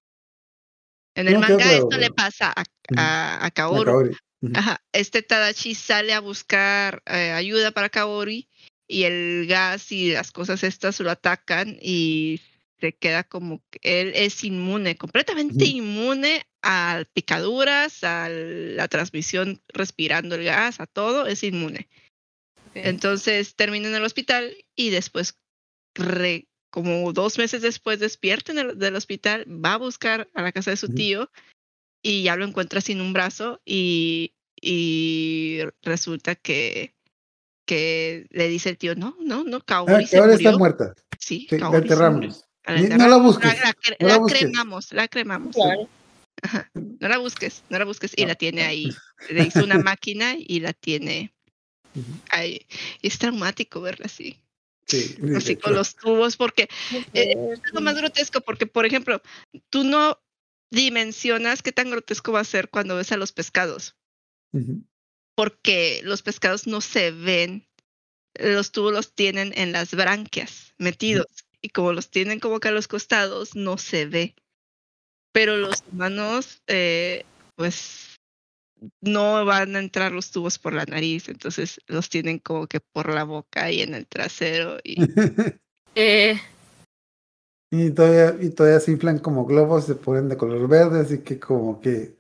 en Sí, el no quedó manga claro, esto le pero. pasa a, Ujú. a, a La Kaoru. Kaori. Ujú, Ajá, este Tadashi sale a buscar eh, ayuda para Kaori y el gas y las cosas estas lo atacan y se queda como que él es inmune, completamente ujú, inmune a picaduras, a la transmisión respirando el gas, a todo, es inmune. Ok. Entonces termina en el hospital y después, re- como dos meses después, despierta en el, del hospital, va a buscar a la casa de su ujú. tío y ya lo encuentra sin un brazo y, y resulta que, que le dice el tío, no, no, no, Ah, Kaori que se ahora está murió. muerta. Sí, Sí, la Kaori se murió. enterramos. La Ni- no la enterramos, la, busques. la, cre- No la la busques. cremamos, la cremamos. Sí. Claro. Ajá. No la busques, no la busques. Y la No, tiene no. ahí. Le hizo una máquina y la tiene Ujú. ahí. Y es traumático verla así. Sí, sí, de Así con hecho. los tubos, porque Qué eh, es lo más fuerte. grotesco, porque por ejemplo, tú no dimensionas qué tan grotesco va a ser cuando ves a los pescados, Ujú, porque los pescados no se ven, los tubos los tienen en las branquias ujú. metidos, y como los tienen como que a los costados, no se ve. Pero los humanos, eh, pues no van a entrar los tubos por la nariz, entonces los tienen como que por la boca y en el trasero y Eh, Y todavía, y todavía se inflan como globos, se ponen de color verde, así que como que.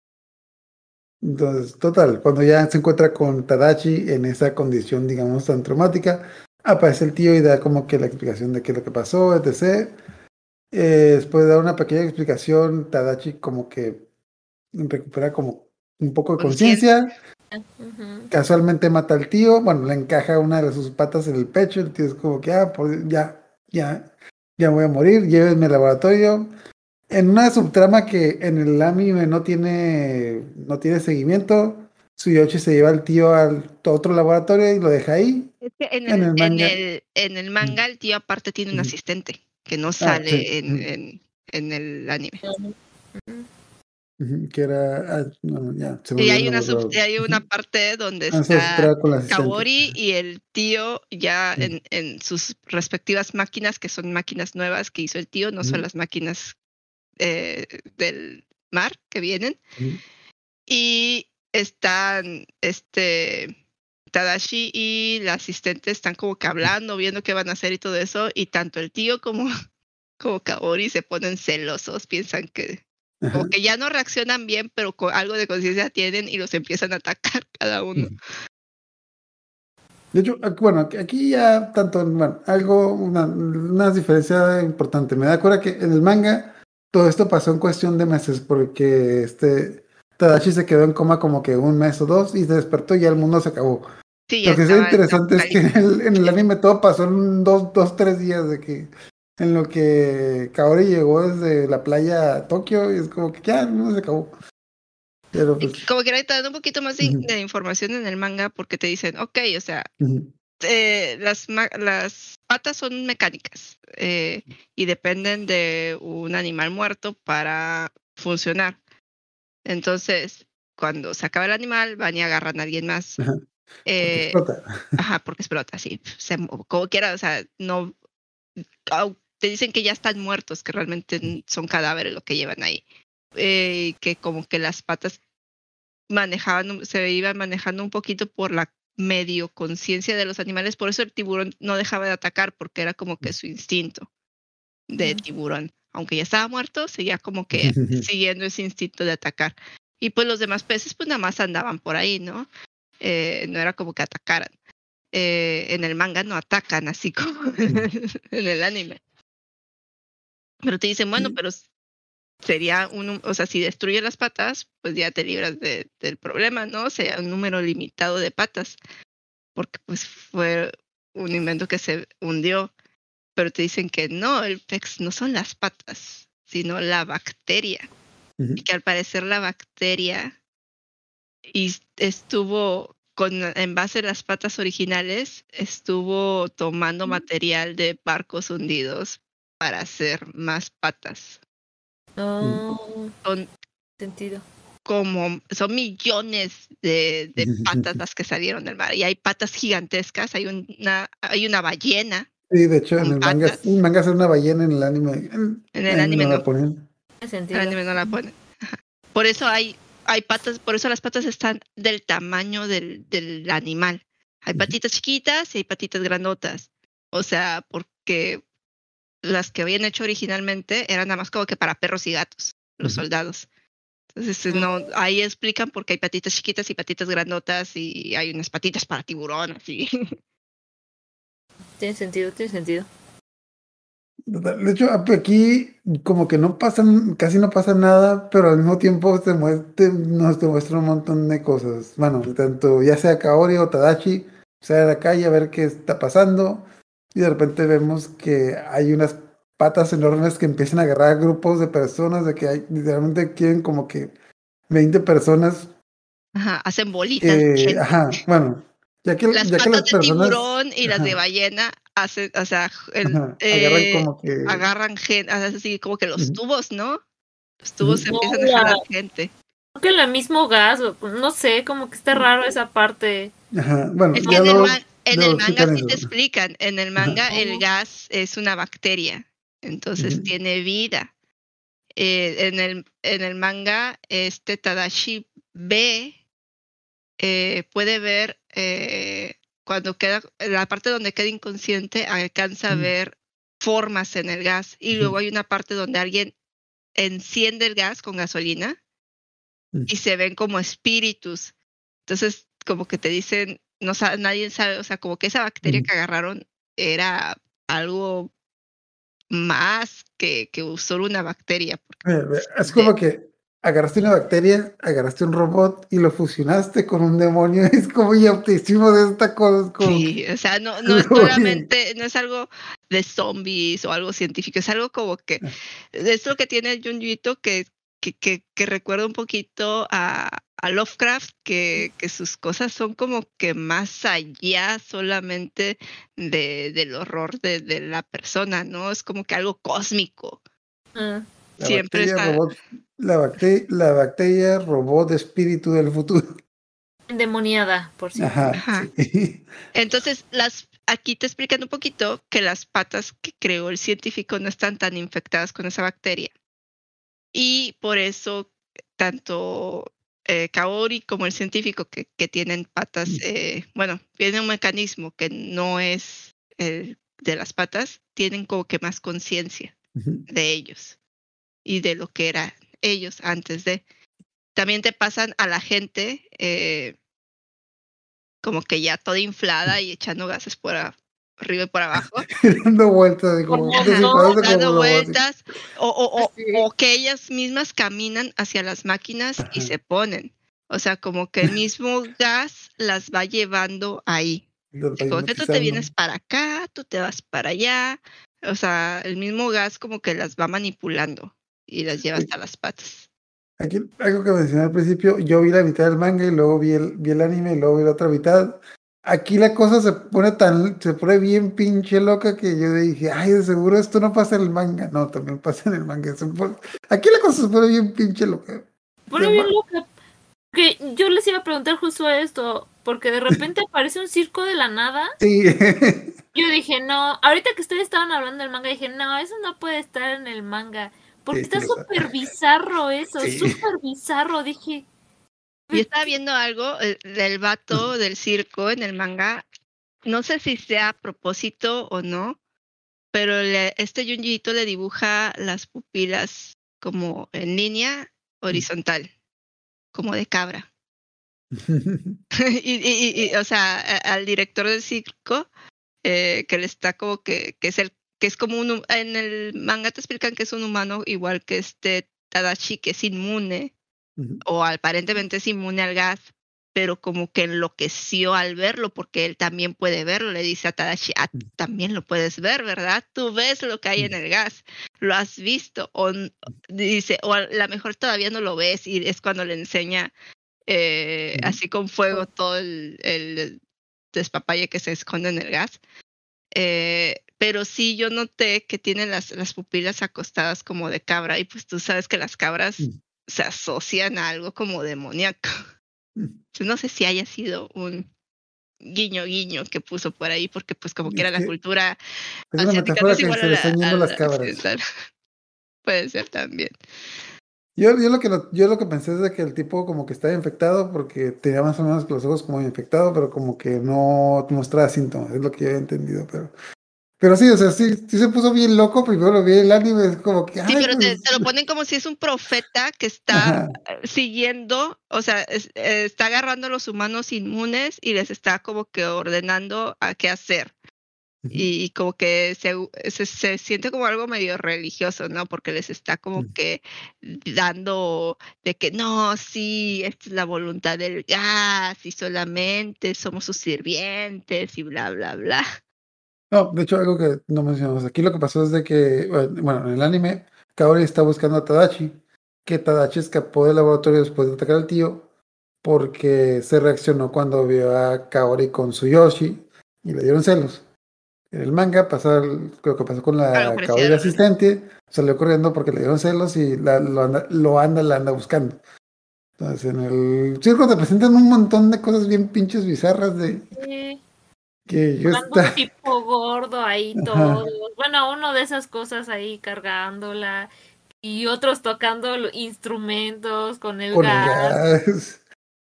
Entonces, total, cuando ya se encuentra con Tadashi en esa condición, digamos, tan traumática, aparece el tío y da como que la explicación de qué es lo que pasó, etcétera. Eh, después de dar una pequeña explicación, Tadashi como que recupera como un poco de conciencia. conciencia, ujú. casualmente mata al tío, bueno, le encaja una de sus patas en el pecho, el tío es como que, ah, pues ya, ya. ya voy a morir, llévenme al laboratorio. En una subtrama que en el anime no tiene, no tiene seguimiento, Tsuyoshi se lleva al tío al otro laboratorio y lo deja ahí. Es que en En el, el en manga. el, en el manga el tío aparte tiene un Ujú. asistente que no Ah, sí. sale en, Ujú. en, en el anime. Ujú, que era. Ah, no, ya, se me Y olvidó el hay una, nombre, sub- pero. hay una Ujú. parte donde Ah, se está supera con la asistente. Kaori y el tío ya Ujú. en, en sus respectivas máquinas, que son máquinas nuevas que hizo el tío, no son Ujú. las máquinas eh, del mar que vienen. Ujú. Y están este Tadashi y la asistente están como que hablando, viendo qué van a hacer y todo eso, y tanto el tío como, como Kaori se ponen celosos, piensan que como Ajá. que ya no reaccionan bien, pero con algo de conciencia tienen y los empiezan a atacar cada uno. Ujú. De hecho, aquí- bueno, aquí- aquí ya tanto, bueno, algo, una, una diferencia importante. Me da cuenta que en el manga todo esto pasó en cuestión de meses, porque este Tadashi se quedó en coma como que un mes o dos y se despertó y ya el mundo se acabó. Sí, ya Lo que es estaba interesante es que en apocalipsis. el, en el anime todo pasó en dos, dos, tres días de que en lo que Kaori llegó desde la playa a Tokio y es como que ya no se acabó. Pero pues. Como que ahorita dando un poquito más de, Ujú. de información en el manga porque te dicen, ok, o sea, Ujú. eh, las, ma- las patas son mecánicas eh, y dependen de un animal muerto para funcionar. Entonces, cuando se acaba el animal, van y agarran a alguien más. Ajá. Porque Eh, explota. ajá, porque explota, sí. Se, como quiera, o sea, no. au- Te dicen que ya están muertos, que realmente son cadáveres lo que llevan ahí. Eh, que como que las patas manejaban, un- se iban manejando un poquito por la medio conciencia de los animales, por eso el tiburón no dejaba de atacar, porque era como que su instinto de Ujú. tiburón. Aunque ya estaba muerto, seguía como que siguiendo ese instinto de atacar. Y pues los demás peces pues nada más andaban por ahí, ¿no? Eh, no era como que atacaran. Eh, en el manga no atacan así como en el anime. Pero te dicen, bueno, Sí. pero sería un, o sea, si destruyes las patas, pues ya te libras de, del problema, ¿no? Sería un número limitado de patas, porque pues fue un invento que se hundió, pero te dicen que no, el pex no son las patas, sino la bacteria, Ujú. y que al parecer la bacteria y estuvo con, en base a las patas originales, estuvo tomando material de barcos hundidos para hacer más patas. Oh, Son sentido. como, son millones de, de patas las que salieron del mar. Y hay patas gigantescas, hay una, hay una ballena Sí, de hecho, en con el manga, patas. en el manga es una ballena, en el anime, en En el el anime anime no no, la ponen. Tiene el sentido. anime no la ponen. Ajá. Por eso hay, hay patas, por eso las patas están del tamaño del, del animal. Hay Ujú. patitas chiquitas y hay patitas grandotas. O sea, porque las que habían hecho originalmente eran nada más como que para perros y gatos, los Ujú. soldados. Entonces, no, ahí explican por qué hay patitas chiquitas y patitas grandotas y hay unas patitas para tiburón, así. Tiene sentido, tiene sentido. De hecho, aquí como que no pasan, casi no pasa nada, pero al mismo tiempo te muestra, nos te muestra un montón de cosas. Bueno, tanto ya sea Kaori o Tadashi, sale a la calle a ver qué está pasando y de repente vemos que hay unas patas enormes que empiezan a agarrar a grupos de personas, de que hay, literalmente quieren como que veinte personas. Ajá, hacen bolitas de eh, gente. ajá, bueno, ya que, Las ya que patas las de personas, tiburón y las de ajá, ballena hacen, o sea, el, ajá, agarran eh, como que. agarran gente, así como que los Ujú, tubos, ¿no? Los tubos ujú. empiezan a Hola. jalar gente. Creo que el mismo gas, o- no sé, como que está raro esa parte. Ajá, bueno, Es que ya en el, luego, ma- en luego el manga explican sí te eso. explican. En el Ajá. manga el gas es una bacteria, entonces Ujú. tiene vida. Eh, en el, en el manga, este Tadashi ve, eh, puede ver eh, cuando queda, la parte donde queda inconsciente, alcanza a Ujú. ver formas en el gas. Y luego hay una parte donde alguien enciende el gas con gasolina Ujú. y se ven como espíritus. Entonces, como que te dicen, no sabe, nadie sabe, o sea, como que esa bacteria Ujú. que agarraron era algo más que, que solo una bacteria. Porque Eh, Es de, como que agarraste una bacteria, agarraste un robot y lo fusionaste con un demonio. Es como ya te hicimos esta cosa. Como Sí, o sea, no, no es solamente, no es algo de zombies o algo científico, es algo como que es lo que tiene el Junjito que, que, que, que recuerda un poquito a, a Lovecraft, que, que sus cosas son como que más allá solamente de, del horror de, de la persona, ¿no? Es como que algo cósmico. Ah. La Siempre bacteria está robot, la bacteria, la bacteria robot espíritu del futuro. Endemoniada, por cierto. Ajá, Ajá. sí. Entonces, las, aquí te explican un poquito que las patas que creó el científico no están tan infectadas con esa bacteria. Y por eso, tanto eh, Kaori como el científico que, que tienen patas, eh, bueno, tiene un mecanismo que no es el de las patas, tienen como que más conciencia Ujú. de ellos y de lo que eran ellos antes de. También te pasan a la gente eh, como que ya toda inflada y echando gases por a- arriba y por abajo. Dando vueltas, como Como desinflándose como Dando globo, así. vueltas, o, o, o, Sí. o que ellas mismas caminan hacia las máquinas y Ajá. se ponen. O sea, como que el mismo gas las va llevando ahí. Los va Como que tú te hipnotizando. vienes para acá, tú te vas para allá. O sea, el mismo gas como que las va manipulando y las lleva hasta las patas. Aquí algo que mencioné al principio, yo vi la mitad del manga y luego vi el, vi el anime y luego vi la otra mitad. Aquí la cosa se pone tan, se pone bien pinche loca que yo dije, ay, de seguro esto no pasa en el manga. No, también pasa en el manga. Se pone- aquí la cosa se pone bien pinche loca. Pone Se bien ma- loca. Que yo les iba a preguntar justo esto, porque de repente aparece un circo de la nada. Sí. Yo dije, no, ahorita que ustedes estaban hablando del manga, dije, no, eso no puede estar en el manga. Porque Sí, está sí, o sea, súper bizarro eso, sí. súper bizarro. Dije, Yo estaba viendo algo eh, del vato del circo en el manga. No sé si sea a propósito o no, pero le, este Junjiito le dibuja las pupilas como en línea horizontal, como de cabra. y, y, y, o sea, a, al director del circo, eh, que le está como que, que es el, que es como un, en el manga te explican que es un humano igual que este Tadashi, que es inmune, o aparentemente es inmune al gas, pero como que enloqueció al verlo, porque él también puede verlo, le dice a Tadashi, ah, tú también lo puedes ver, ¿verdad? Tú ves lo que hay en el gas, lo has visto, o dice, o a lo mejor todavía no lo ves, y es cuando le enseña eh, así con fuego todo el, el despapalle que se esconde en el gas. Eh, pero sí yo noté que tiene las, las pupilas acostadas como de cabra, y pues tú sabes que las cabras se asocian a algo como demoníaco. No sé si haya sido un guiño guiño que puso por ahí, porque pues como que Es era la que cultura es una asiática, no metáfora es que igual se a le la, están a yendo las la cabras. occidental. Puede ser también. Yo, yo, lo que, lo- yo lo que pensé es de que el tipo como que estaba infectado porque tenía más o menos los ojos como infectados, pero como que no mostraba síntomas, es lo que yo había entendido, pero... Pero sí, o sea, sí, sí se puso bien loco, primero lo vi en el anime, es como que, Sí, ay, pero te, pues... te lo ponen como si es un profeta que está Ajá. siguiendo, o sea, es, eh, está agarrando a los humanos inmunes y les está como que ordenando a qué hacer. Y, y como que se, se, se siente como algo medio religioso, ¿no? Porque les está como que dando de que no, sí, esta es la voluntad del gas y solamente somos sus sirvientes y bla, bla, bla. No, de hecho, algo que no mencionamos aquí, lo que pasó es de que, bueno, en el anime, Kaori está buscando a Tadashi, que Tadashi escapó del laboratorio después de atacar al tío, porque se reaccionó cuando vio a Kaori con Tsuyoshi y le dieron celos. En el manga pasó, creo que pasó con Algo la parecido. Kaori asistente, salió corriendo porque le dieron celos y la, lo, anda, lo anda, la anda buscando. Entonces, en el circo te presentan un montón de cosas bien pinches bizarras de sí. que yo Jugando está... un tipo gordo ahí Ajá. todo. Bueno, uno de esas cosas ahí cargándola. Y otros tocando lo- instrumentos con el Con el gas. gas.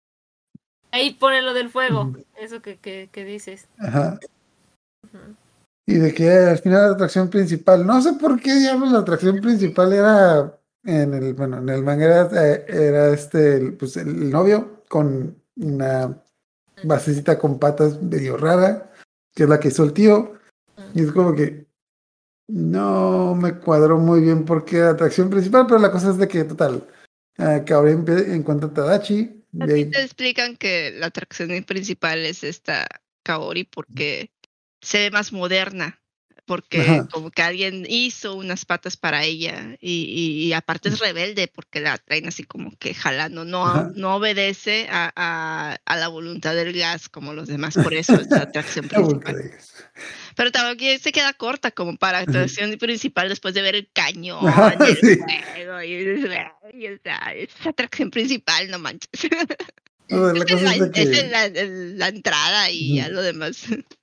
Ahí pone lo del fuego. Eso que, que, que dices. Ajá. Ujú. Y de que al final la atracción principal, no sé por qué diablos la atracción principal era en el, bueno, en el manga era, eh, era este, el, pues el novio con una basecita con patas medio rara, que es la que hizo el tío. Y es como que no me cuadró muy bien porque era la atracción principal, pero la cosa es de que, total, Uh, Kaori encuentra a Tadachi. Aquí te explican que la atracción principal es esta Kaori porque se ve más moderna, porque Ajá. como que alguien hizo unas patas para ella y, y, y aparte es rebelde porque la traen así como que jalando, no, no obedece a, a, a la voluntad del gas como los demás, por eso es la atracción principal. Pero también se queda corta como para atracción Ajá. principal después de ver el cañón, Ajá, el sí. juego y, y esa, esa atracción principal, no manches. No, la es, la, es, que... es la, la entrada y ya lo demás.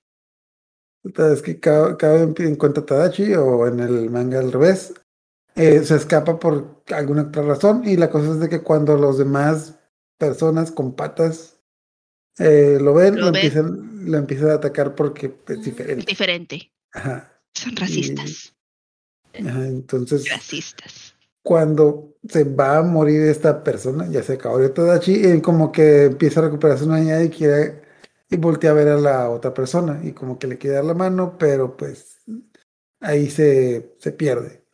Es que cada encuentra a Tadachi o en el manga al revés, eh, se escapa por alguna otra razón y la cosa es de que cuando los demás personas con patas eh, lo ven, lo, lo, ven? Empiezan, lo empiezan a atacar porque es diferente. Es diferente. Ajá. Son racistas. Y, ajá, entonces, racistas. Cuando se va a morir esta persona, ya se acabó Tadachi, y como que empieza a recuperar su unidad y quiere y voltea a ver a la otra persona y como que le quiere dar la mano, pero pues ahí se, se pierde.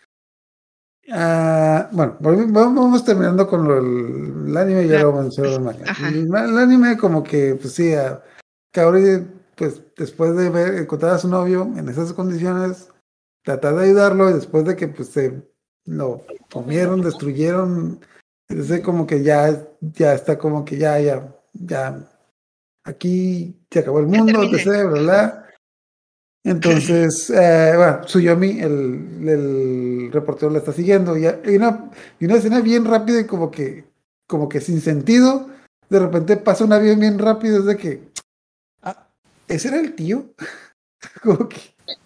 Uh, bueno, vamos terminando con lo, el, el anime y ya lo vamos a hacer el manga. El, el anime como que, pues sí, a Kaori, pues después de ver, encontrar a su novio en esas condiciones, tratar de ayudarlo y después de que pues se lo comieron, destruyeron, entonces como que ya, ya está como que ya, ya, ya, aquí se acabó el mundo, etcétera, bla, bla. Entonces, eh, bueno, Tsuyomi, el, el reportero, la está siguiendo y hay una, y una escena bien rápida y como que, como que sin sentido, de repente pasa un avión bien rápido, es de que, ah, ¿ese era el tío? Como que...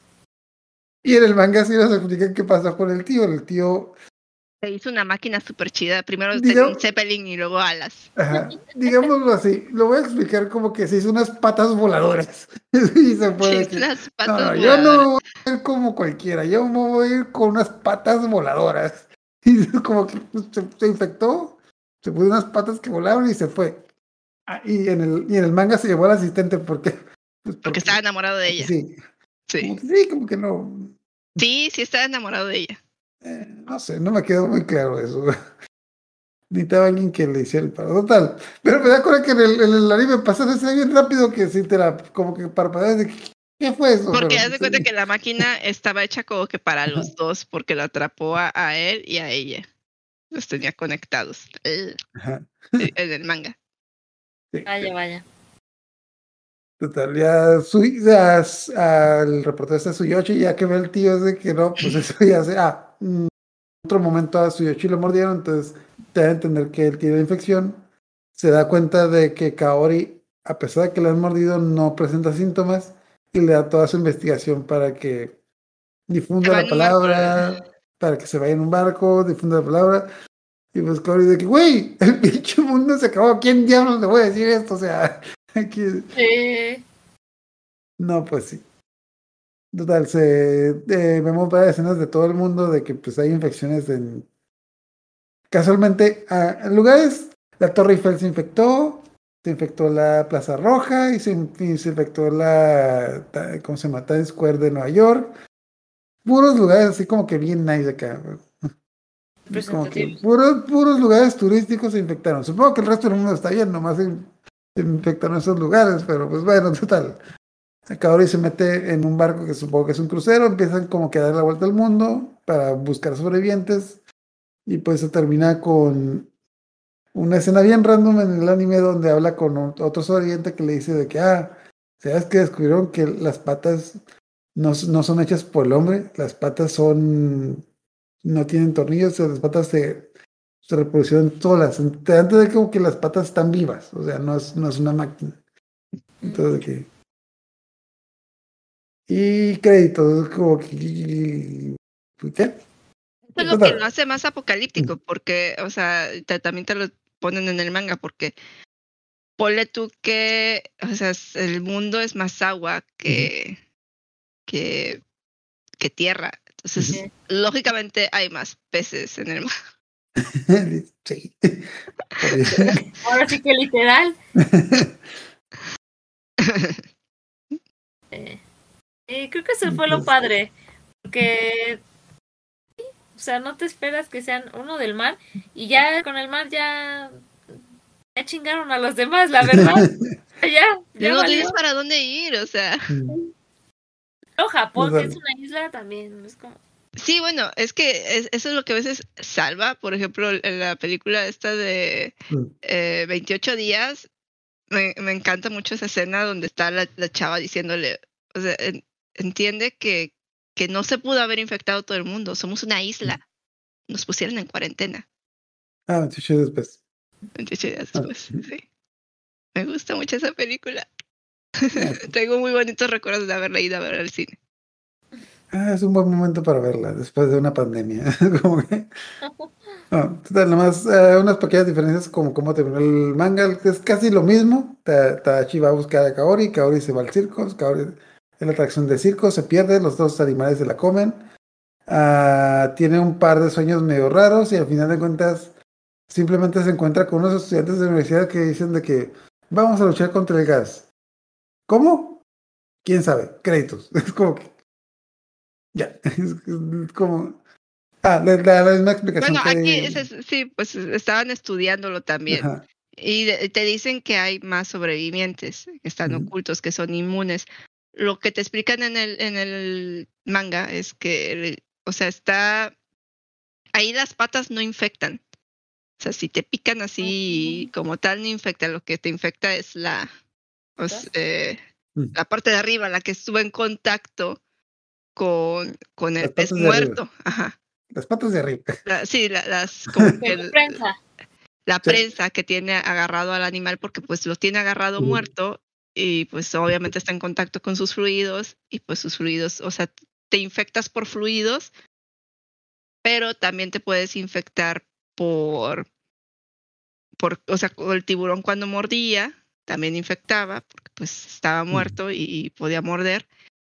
Y en el manga sí nos explican qué pasó con el tío, el tío... Se hizo una máquina súper chida, primero tenía un Zeppelin y luego alas. Ajá, digámoslo así, lo voy a explicar como que se hizo unas patas voladoras. Y se puede decir, las patas no, voladoras. Yo no voy a ir como cualquiera, yo me voy a ir con unas patas voladoras. Y como que pues, se, se infectó, se puso unas patas que volaron y se fue. Ah, y, en el, y en el manga se llevó al asistente porque... Pues, porque, porque estaba enamorado de ella. Sí, sí. Como que, sí, como que no. Sí, sí estaba enamorado de ella. Eh, no sé, no me quedó muy claro eso. Necesitaba alguien que le hiciera el paro. Total. Pero me da cuenta que en el, en el anime pasó ese bien rápido que sí te la, como que parpadeas de ¿qué fue eso? Porque haz de cuenta que la máquina estaba hecha como que para Ajá. los dos, porque lo atrapó a, a él y a ella. Los tenía conectados. Ajá. En el manga. Sí. Vaya, vaya. Total, ya, su, ya al reportero está Tsuyoshi, ya que ve el tío es de que no, pues eso ya se, ah, en otro momento a Tsuyoshi lo mordieron, entonces te da a entender que él tiene la infección, se da cuenta de que Kaori, a pesar de que le han mordido, no presenta síntomas y le da toda su investigación para que difunda la palabra, para que se vaya en un barco, difunda la palabra, y pues Kaori de que, güey, el pinche mundo se acabó, ¿a quién diablos le voy a decir esto? O sea... Aquí... Sí. No, pues sí. Total, se, eh, vemos varias escenas de todo el mundo de que pues hay infecciones en... Casualmente, ah, en lugares, la Torre Eiffel se infectó, se infectó la Plaza Roja y se, y se infectó la... ¿Cómo se llama? Times Square de Nueva York. Puros lugares así como que bien nice acá. Como que puros, puros lugares turísticos se infectaron. Supongo que el resto del mundo está bien, nomás se... se infectaron esos lugares, pero pues bueno, total. Kaori se mete en un barco que supongo que es un crucero, empiezan como que a dar la vuelta al mundo para buscar sobrevivientes y pues se termina con una escena bien random en el anime donde habla con otro sobreviviente que le dice de que, ah, ¿sabes que descubrieron que las patas no, no son hechas por el hombre? Las patas son, no tienen tornillos, las patas se se reproducieron solas, antes de como que las patas están vivas, o sea, no es, no es una máquina. Entonces, ¿qué? Y créditos, como que... ¿qué? Eso es lo que lo hace más apocalíptico, porque, o sea, te, también te lo ponen en el manga, porque ponle tú que, o sea, el mundo es más agua que, uh-huh. que, que tierra. Entonces, uh-huh. lógicamente hay más peces en el mar. Sí. Ahora sí que literal. eh, eh, creo que eso fue lo padre. Porque O sea, no te esperas que sean uno del mar y ya con el mar ya, ya chingaron a los demás, la verdad. ya, ya no valió. tienes para dónde ir, o sea. O Japón, O sea, que es una isla también, es como... Sí, bueno, es que es- eso es lo que a veces salva. Por ejemplo, en la película esta de mm, eh, veintiocho días, me, me encanta mucho esa escena donde está la, la chava diciéndole, o sea, en- entiende que, que no se pudo haber infectado todo el mundo, somos una isla, nos pusieron en cuarentena Ah, veintiocho después. veintiocho días Ah, después, sí. Me gusta mucho esa película. eh, Tengo muy bonitos recuerdos de haberla ido a ver al cine. ah, es un buen momento para verla después de una pandemia. Como que, no, total, nomás eh, unas pequeñas diferencias como cómo terminó el manga. Es casi lo mismo. Ta- Tadashi va a buscar a Kaori, Kaori se va al circo, Kaori es la atracción del circo, se pierde, los dos animales se la comen. Ah, tiene un par de sueños medio raros y al final de cuentas simplemente se encuentra con unos estudiantes de universidad que dicen de que vamos a luchar contra el gas. ¿Cómo? ¿Quién sabe? Créditos. Es como que ya, es, es como... Ah, la, la- la misma explicación Bueno, aquí que... es, es- sí, pues estaban estudiándolo también. Ajá. Y de- te dicen que hay más sobrevivientes que están Ujú. ocultos, que son inmunes. Lo que te explican en el, en el manga es que, el- o sea, está ahí las patas no infectan. O sea, si te pican así como tal, no infecta. Lo que te infecta es la, pues, eh, Mm. la parte de arriba, la que estuvo en contacto con, con Las el pez patas de arriba. muerto. Ajá. Las patas de arriba. La- sí, la- las como que Pero el- prensa. la Sí. prensa que tiene agarrado al animal porque pues lo tiene agarrado Ujú. muerto y pues obviamente está en contacto con sus fluidos y pues sus fluidos, o sea, te infectas por fluidos, pero también te puedes infectar por, por o sea, el tiburón cuando mordía también infectaba porque pues estaba muerto y, y podía morder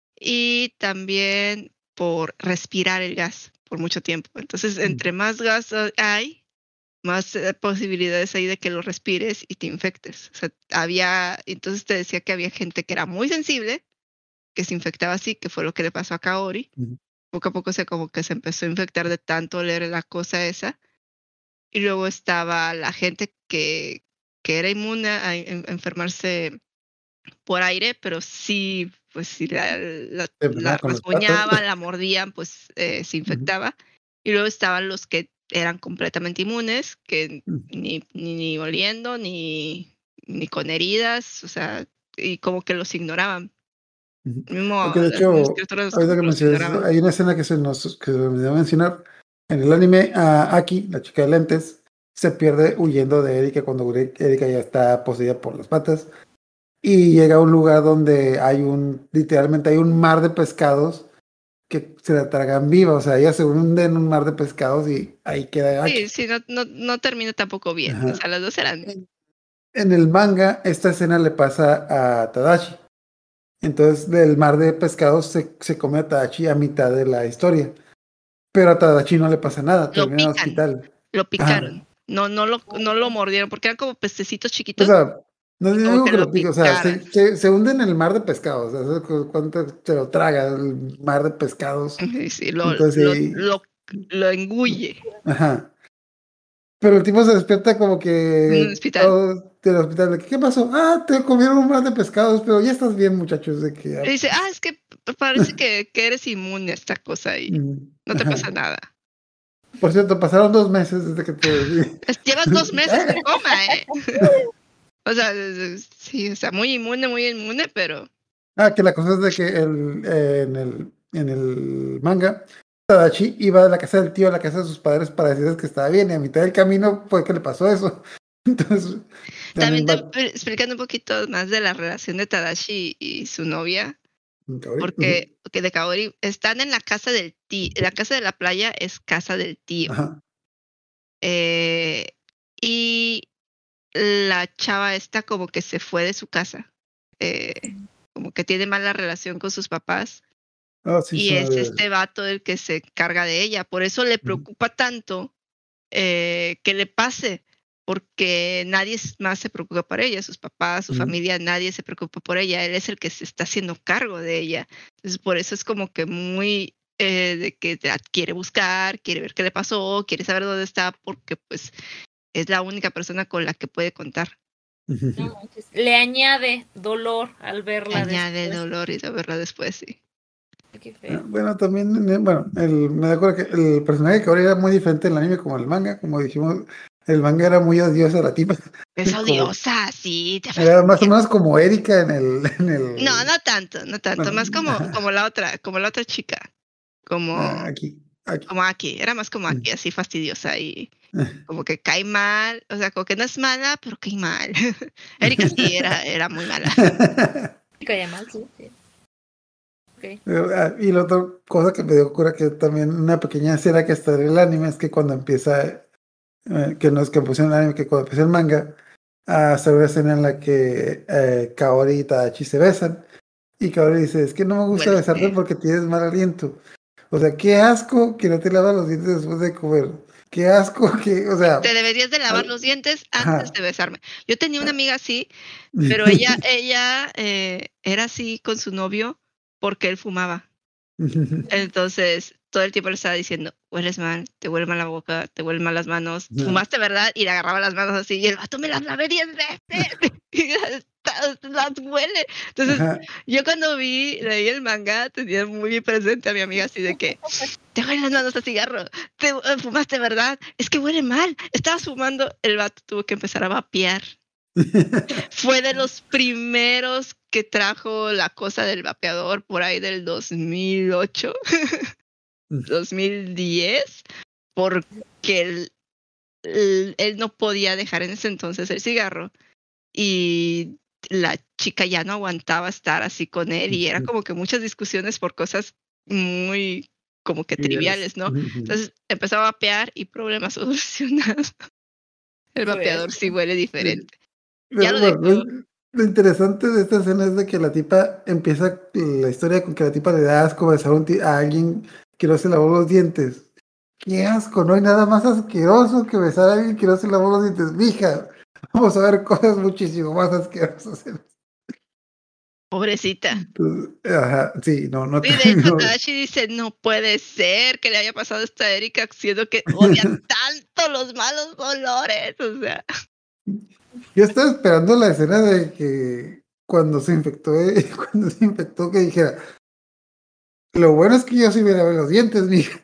y también por respirar el gas por mucho tiempo. Entonces, entre más gas hay, más eh, posibilidades hay de que lo respires y te infectes. O sea, había, entonces te decía que había gente que era muy sensible, que se infectaba así, que fue lo que le pasó a Kaori. Ujú. Poco a poco se como que se empezó a infectar de tanto oler la cosa esa. Y luego estaba la gente que, que era inmune a, en- enfermarse por aire, pero sí, pues si la, la, Se la enfermaba con las patas. rasguñaban, la mordían, pues eh, se Ujú. infectaba. Y luego estaban los que eran completamente inmunes, que Ujú. ni, ni, ni oliendo, ni, ni con heridas, o sea, y como que los ignoraban. Ujú. Mismo, Porque de las mismas hecho, criaturas como ahorita que que los mencionas, ignoraban. hay una escena que se nos que se me olvidó mencionar. En el anime, a Aki, la chica de lentes, se pierde huyendo de Erika cuando Ure- Erika ya está poseída por las patas. Y llega a un lugar donde hay un, literalmente hay un mar de pescados que se la tragan viva. O sea, ella se hunde en un mar de pescados y ahí queda Aki. Sí, sí, no, no, no termina tampoco bien. O Ajá. sea, las dos eran. En en el manga, esta escena le pasa a Tadashi. Entonces, del mar de pescados se, se come a Tadashi a mitad de la historia. Pero a Tadashi no le pasa nada, Lo termina en el pican, hospital. lo Ah, picaron. No, no lo, no lo mordieron porque eran como pececitos o chiquitos sea, no y no como digo que que lo lo pique, o sea, picaran. se, se, se hunde en el mar de pescados. O sea, eso cuánto se lo traga el mar de pescados. Sí, sí, lo, Entonces, lo, ahí, lo, lo engulle ajá. Pero el tipo se despierta como en un que hospital. todo del hospital. De que, ¿qué pasó? Ah, te comieron un mar de pescados, pero ya estás bien, muchachos. De que, Y ah, dice, ah, es que p- parece que, que eres inmune a esta cosa y mm, no te pasa ajá. nada. Por cierto, pasaron dos meses desde que te vi. Es- llevas dos meses en coma, ¿eh? O sea, es- es- sí, o sea, muy inmune, muy inmune, pero Ah, que la cosa es de que el, eh, en el, en el manga, Tadashi iba de la casa del tío a la casa de sus padres para decirles que estaba bien, y a mitad del camino fue que le pasó eso. Entonces, también también te, va. explicando un poquito más de la relación de Tadashi y su novia, Kaori, ujú, porque, porque de Kaori están en la casa del tío, la casa de la playa es casa del tío. ajá, Eh, y la chava esta como que se fue de su casa, eh, como que tiene mala relación con sus papás oh, sí, y se me es olvidó. este vato el que se encarga de ella. Por eso le Ujú, preocupa tanto eh, que le pase, porque nadie más se preocupa por ella, sus papás, su ujú, familia, nadie se preocupa por ella. Él es el que se está haciendo cargo de ella. Entonces por eso es como que muy eh, de que te quiere buscar, quiere ver qué le pasó, quiere saber dónde está, porque pues es la única persona con la que puede contar. No manches. Le añade dolor al verla Añade después. dolor y de verla después, sí. Qué feo. Bueno, también, eh, bueno, el, me acuerdo que el personaje de Kaori era muy diferente en el anime como en el manga, como dijimos, el manga era muy odiosa la tipa. Es Como- odiosa, sí, te Era más o fastidia. menos como Erika en el, en el No, no tanto, no tanto, Bueno, más como, ajá. como la otra, como la otra chica, como, ah, aquí, aquí. como Aki, era más como Aki, así fastidiosa y como que cae mal, o sea, como que no es mala, pero cae mal. Erika sí era, era muy mala. Me caía mal, sí. sí. Ok. Ah, Y la otra cosa que me dio cura que también una pequeña escena que está en el anime es que cuando empieza, eh, que no es que pusieron el anime, que cuando empieza el manga, ah, se ve una escena en la que eh, Kaori y Tadachi se besan y Kaori dice, es que no me gusta Huele besarte feo. porque tienes mal aliento. O sea, qué asco que no te lavas los dientes después de comer. Qué asco que, o sea, Te deberías de lavar al- los dientes ajá. antes de besarme. Yo tenía una amiga así, pero ella, ella eh, era así con su novio porque él fumaba. Entonces, todo el tiempo le estaba diciendo, hueles mal, te huele mal la boca, te huelen mal las manos, No. fumaste, ¿verdad? Y le agarraba las manos así, y el vato me las lavé diez veces, y las, las huele. Entonces, Ajá. yo cuando vi, leí el manga, tenía muy presente a mi amiga así de que, te huelen las manos a cigarro, te eh, fumaste, ¿verdad? Es que huele mal, estabas fumando, el vato tuvo que empezar a vapear. Fue de los primeros que trajo la cosa del vapeador por ahí del dos mil ocho, dos mil diez, porque él, él, él no podía dejar en ese entonces el cigarro y la chica ya no aguantaba estar así con él y era como que muchas discusiones por cosas muy como que triviales, ¿no? Entonces empezó a vapear y problemas solucionados. El vapeador sí huele diferente. Ya Pero lo bueno, dejó. lo, lo interesante de esta escena es de que la tipa empieza la historia con que la tipa le da asco besar a, un ti- a alguien que no se lavó los dientes. Qué asco, no hay nada más asqueroso que besar a alguien que no se lavó los dientes. Mija, vamos a ver cosas muchísimo más asquerosas. Pobrecita. Entonces, ajá, sí, no, no Y de hecho, tengo. Tadashi dice, no puede ser que le haya pasado esto a Erika, siendo que odia tanto los malos olores. O sea, Yo estaba esperando la escena de que cuando se infectó, eh, cuando se infectó, que dijera, lo bueno es que yo sí me lavé los dientes, mija.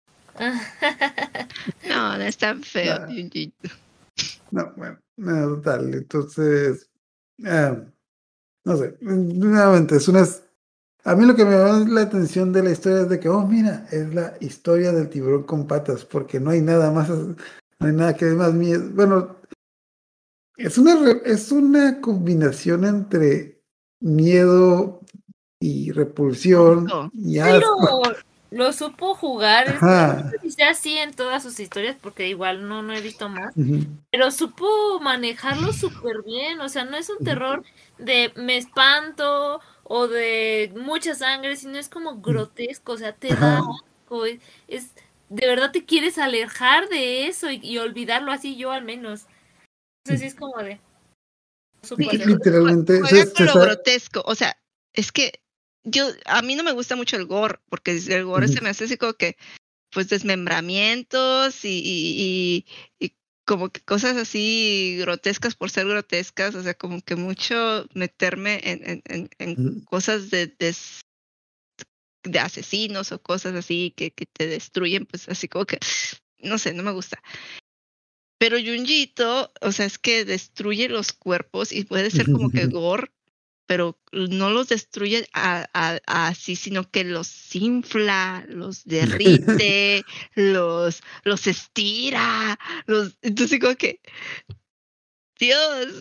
no, no es tan feo. Ah, no, bueno, no, total, entonces, ah, no sé, nuevamente, es una, a mí lo que me llama la atención de la historia es de que, oh, mira, es la historia del tiburón con patas, porque no hay nada más, no hay nada que dé más miedo. Bueno, es una, re- es una combinación entre miedo y repulsión Asco. y Pero asco. lo supo jugar. Es, no sé Ajá. si sea así en todas sus historias, porque igual no, no he visto más. Ujú, Pero supo manejarlo súper bien. O sea, no es un ujú, terror de me espanto o de mucha sangre, sino es como grotesco. O sea, te da ajá. asco. Es, es- de verdad te quieres alejar de eso y, y olvidarlo así, yo al menos. Entonces sí es como de. Supo Sí, hacerlo. Literalmente, juega se, con se lo sa- grotesco. O sea, es que yo, a mí no me gusta mucho el gore, porque el gore ujú, se me hace así como que, pues, desmembramientos y, y, y, y como que cosas así grotescas por ser grotescas. O sea, como que mucho meterme en, en, en, en ujú. cosas de, de, de asesinos o cosas así que, que te destruyen, pues así como que, no sé, no me gusta. Pero Junjito, o sea, es que destruye los cuerpos y puede ser como que gore, pero no los destruye a- a- a así, sino que los infla, los derrite, los, los estira, los, entonces como que, Dios.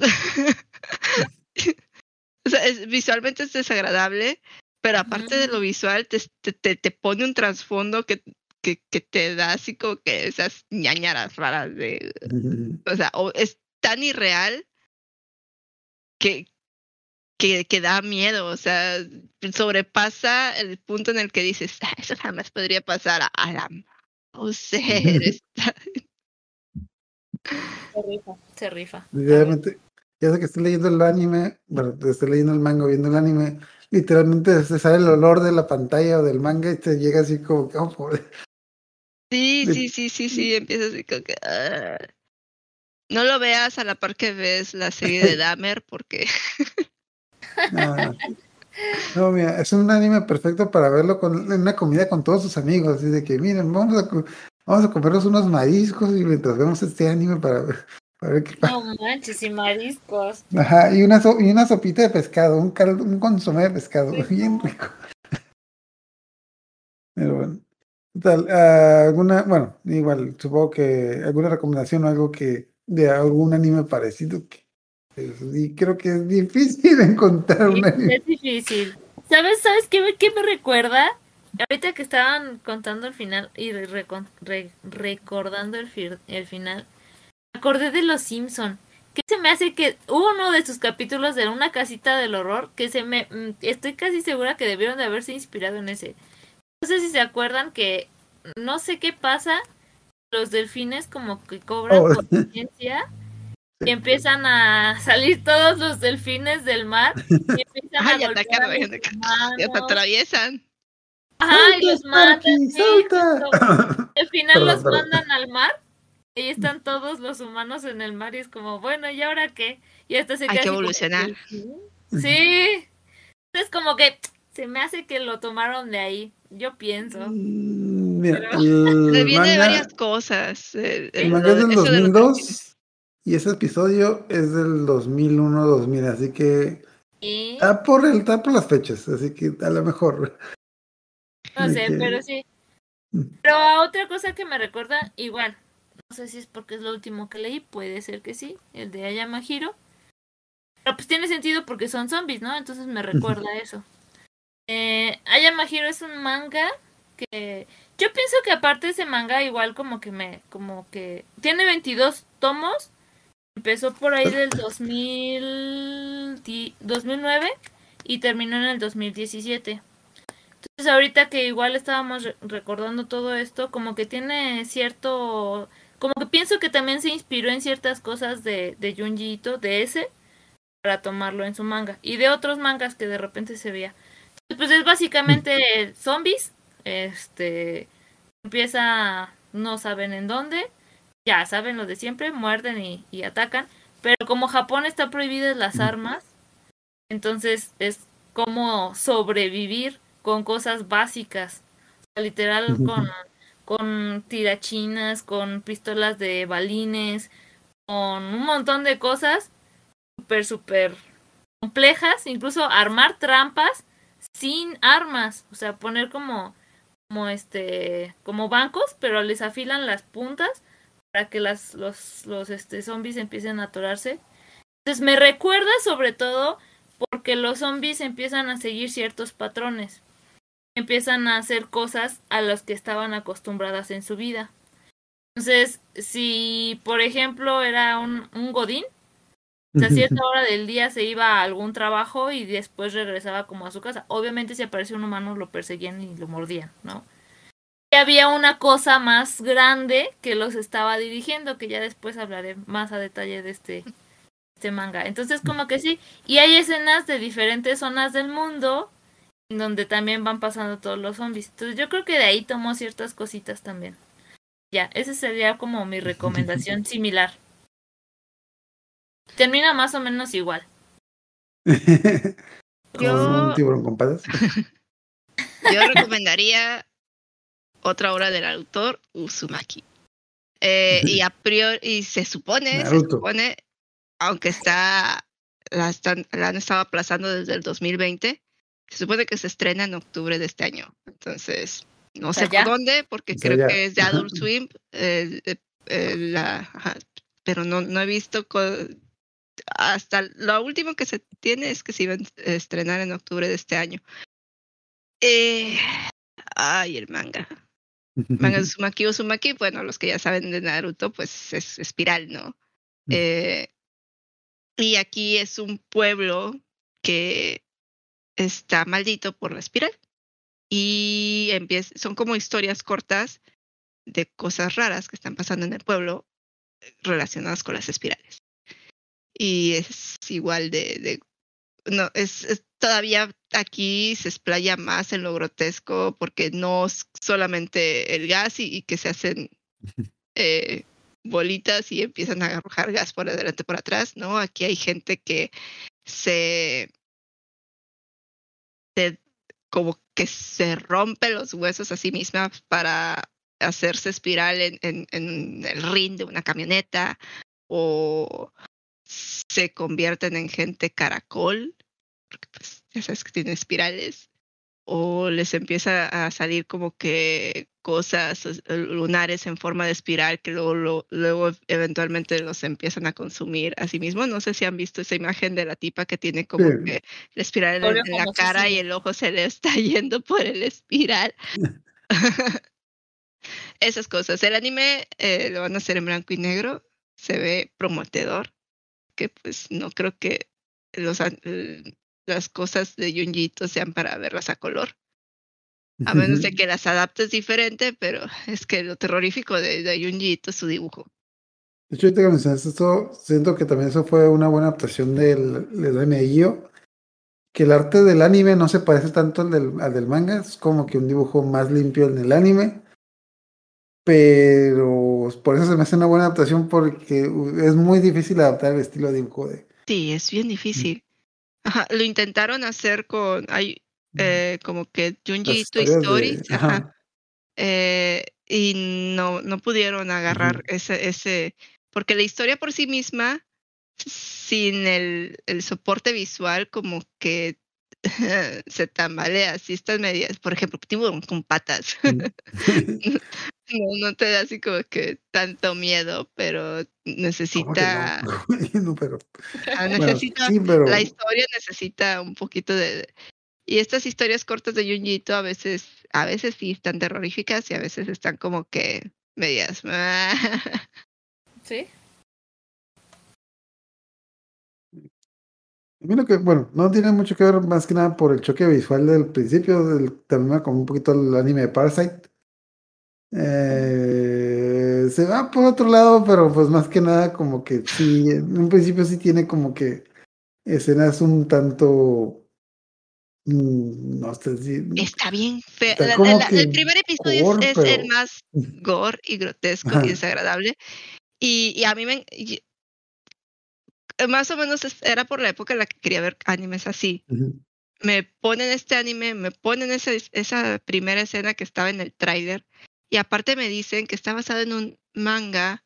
O sea, es- visualmente es desagradable, pero aparte de lo visual, te, te, te- te pone un trasfondo que, que, que te da así como que esas ñañaras raras de, o sea, o es tan irreal que, que, que da miedo, o sea, sobrepasa el punto en el que dices, "Ah, eso jamás podría pasar a, a la Mauser, está-". Se rifa, se rifa. Literalmente, ya sé que estoy leyendo el anime, bueno, estoy leyendo el manga, viendo el anime, literalmente se sale el olor de la pantalla o del manga y te llega así como que, oh, pobre. Sí, sí, sí, sí, sí, empieza así como que... ah. No lo veas a la par que ves la serie de Dahmer, porque... No, no. No, mira, es un anime perfecto para verlo con, en una comida con todos sus amigos. Así de que, miren, vamos a, co- vamos a comernos unos mariscos y mientras vemos este anime para, ver- para ver qué pasa. No manches, y mariscos. Ajá, y una, so- y una sopita de pescado, un caldo, un consomé de pescado, bien rico. Pero bueno. Tal, ah, alguna, bueno, igual, supongo que alguna recomendación o algo que de algún anime parecido que pues, y creo que es difícil encontrar Sí, un anime. es difícil. ¿Sabes, sabes qué, me- qué me recuerda? Ahorita que estaban contando el final y re- recon- re- recordando el, fir- el final, me acordé de Los Simpson. ¿Qué se me hace que hubo uno de sus capítulos de una casita del horror que se me... mm, estoy casi segura que debieron de haberse inspirado en ese. No sé si se acuerdan que no sé qué pasa, los delfines como que cobran Oh, conciencia y sí. empiezan a salir todos los delfines del mar y empiezan a Ay, golpear a atacar, los ya te humanos. atraviesan. Ajá, y ¡Salta, los mandan, Sparky, sí, salta! justo. Al final Perdón, los perdón. mandan al mar y ahí están todos los humanos en el mar y es como, bueno, ¿y ahora qué? Y hasta se Hay queda que así como, evolucionar. sí. Es como que se me hace que lo tomaron de ahí, yo pienso. Mm, Mira, Pero el Viene de varias manga, cosas. eh, el eh, manga lo es de- del eso de los delfines. dos mil dos y ese episodio es del dos mil uno dos mil, así que sí, está por, el, está por las fechas, así que a lo mejor. no De sé, pero que, sí. Pero a otra cosa que me recuerda, igual, no sé si es porque es lo último que leí, puede ser que sí, el de Ayamahiro. Pero pues tiene sentido porque son zombies, ¿no? Entonces me recuerda a eso. Eh, Ayamahiro es un manga que yo pienso que aparte de ese manga igual como que me, como que tiene veintidós tomos, empezó por ahí del dos mil, dos mil nueve y terminó en el dos mil diecisiete. Entonces ahorita que igual estábamos re- recordando todo esto, como que tiene cierto, como que pienso que también se inspiró en ciertas cosas de, de Junji Ito, de ese, para tomarlo en su manga, y de otros mangas que de repente se veía. Pues es básicamente zombies, este, empieza, no saben en dónde, ya saben lo de siempre, muerden y, y atacan, pero como Japón está prohibidas las armas, entonces es como sobrevivir con cosas básicas, o sea, literal con, con tirachinas, con pistolas de balines, con un montón de cosas súper, súper complejas, incluso armar trampas sin armas, o sea, poner como, como este, como bancos, pero les afilan las puntas para que las, los, los este, zombies empiecen a atorarse. Entonces me recuerda sobre todo porque los zombies empiezan a seguir ciertos patrones, empiezan a hacer cosas a las que estaban acostumbradas en su vida. Entonces, si por ejemplo era un, un godín, o sea, a cierta hora del día se iba a algún trabajo y después regresaba como a su casa. Obviamente si aparecía un humano lo perseguían y lo mordían, ¿no? Y había una cosa más grande que los estaba dirigiendo, que ya después hablaré más a detalle de este, este manga. Entonces como que sí, y hay escenas de diferentes zonas del mundo en donde también van pasando todos los zombies. Entonces yo creo que de ahí tomó ciertas cositas también. Ya, esa sería como mi recomendación similar. Termina más o menos igual. Con un Yo, tiburón con patas. yo recomendaría otra obra del autor, Uzumaki. Eh, y a priori, y se supone, se Naruto. supone, aunque está, la, están, la han estado aplazando desde el dos mil veinte, se supone que se estrena en octubre de este año. Entonces, no sé ¿Allá? por dónde, porque O sea, creo ya. que es de Ajá. Adult Swim, eh, eh, eh, la, ajá, pero no, no he visto, co- hasta lo último que se tiene es que se iba a estrenar en octubre de este año. Eh, ay, el manga. Manga de Uzumaki, Uzumaki, bueno, los que ya saben de Naruto, pues es espiral, ¿no? Eh, y aquí es un pueblo que está maldito por la espiral. Y empieza, son como historias cortas de cosas raras que están pasando en el pueblo relacionadas con las espirales. Y es igual de, de no, es, es todavía aquí se explaya más en lo grotesco porque no es solamente el gas y, y que se hacen eh, bolitas y empiezan a arrojar gas por adelante por atrás, ¿no? Aquí hay gente que se, se como que se rompe los huesos a sí misma para hacerse espiral en, en, en el rin de una camioneta o se convierten en gente caracol, porque pues ya sabes que tiene espirales, o les empieza a salir como que cosas lunares en forma de espiral que luego, lo, luego eventualmente los empiezan a consumir a sí mismos. No sé si han visto esa imagen de la tipa que tiene como Sí. que la espiral en, en la cara y el ojo se le está yendo por el espiral. Esas cosas. El anime eh, lo van a hacer en blanco y negro. Se ve prometedor, que pues no creo que los, eh, las cosas de Junjito sean para verlas a color. A menos de que las adaptes diferente, pero es que lo terrorífico de, de Junjito es su dibujo. De hecho, ahorita que mencionaste esto, siento que también eso fue una buena adaptación del, del anime de Gyo, que el arte del anime no se parece tanto al del, al del manga, es como que un dibujo más limpio en el anime, pero por eso se me hace una buena adaptación porque es muy difícil adaptar el estilo de dibujo de... Sí, es bien difícil. Ajá, lo intentaron hacer con, hay eh, como que las Junjito historias Stories, de... ajá, Ajá. eh, y no, no pudieron agarrar Ujú. ese, ese, porque la historia por sí misma, sin el, el soporte visual, como que se tambalea, si estas medias, por ejemplo, tiburón con patas, no, no te da así como que tanto miedo, pero ¿Cómo que no? necesita, No, pero... ah, Bueno, necesita, sí, la pero... historia necesita un poquito de, y estas historias cortas de Junjito a veces, a veces sí están terroríficas y a veces están como que medias. ¿Sí? Mira que, bueno, no tiene mucho que ver más que nada por el choque visual del principio, del, también como un poquito el anime de Parasite. Eh, se va por otro lado, pero pues más que nada como que sí, en un principio sí tiene como que escenas un tanto, mm, no sé si, Está bien feo. está La- como la- que el primer episodio es, gore, es el pero... más gore y grotesco y Ajá, desagradable. Y, y a mí me, y- más o menos es- era por la época en la que quería ver animes así. ujú. Me ponen este anime, me ponen esa, esa primera escena que estaba en el tráiler y aparte me dicen que está basado en un manga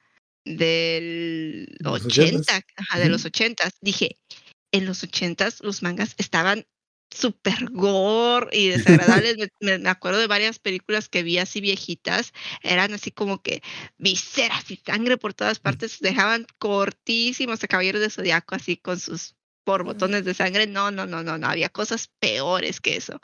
del Los ochentas. ochenta, ajá, de los Ujú. ochentas. Dije, en los ochentas los mangas estaban súper gore y desagradables. Me, me- me acuerdo de varias películas que vi así viejitas, eran así como que viseras y sangre por todas partes, dejaban cortísimos a Caballero de Zodiaco así con sus borbotones de sangre. No, no, no, no, no, había cosas peores que eso.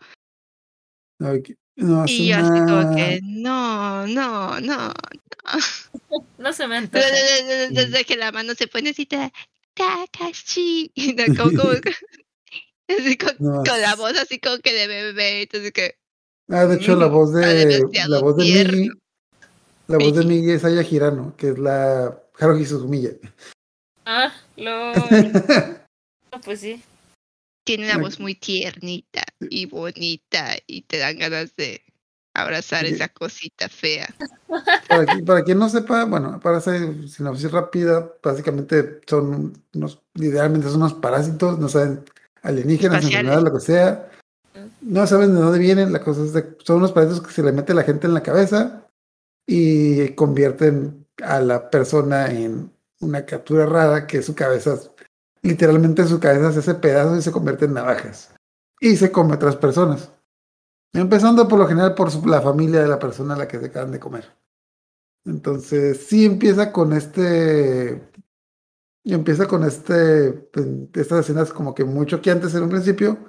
Ok. No, es Y yo así como una... que, no, no, no, no. No se me antoja. Desde, desde que la mano se pone así, ta- Takashi, y no, como, como, así con, No, con la es- voz así como que de bebé, entonces que Ah, de hecho, la mm, voz está de la demasiado voz de tierno. Migi, la voz de Migi es Aya Hirano, que es la Haruhi Suzumiya. Ah, lol. No, pues sí. Tiene una voz Ok, muy tiernita y bonita y te dan ganas de abrazar esa ok. cosita fea. Para, qui- para quien no sepa, bueno, para hacer sinopsis rápida, básicamente son unos, literalmente son unos parásitos, no saben, alienígenas, Espaciales. enfermedades, lo que sea, no saben de dónde vienen, la cosa es de, son unos parásitos que se le mete a la gente en la cabeza y convierten a la persona en una criatura rara que su cabeza, literalmente su cabeza se hace pedazos y se convierte en navajas y se come a otras personas, empezando por lo general por su- la familia de la persona a la que se acaban de comer. Entonces, sí empieza con este, empieza con este, pues, estas escenas como que muy choqueantes en un principio,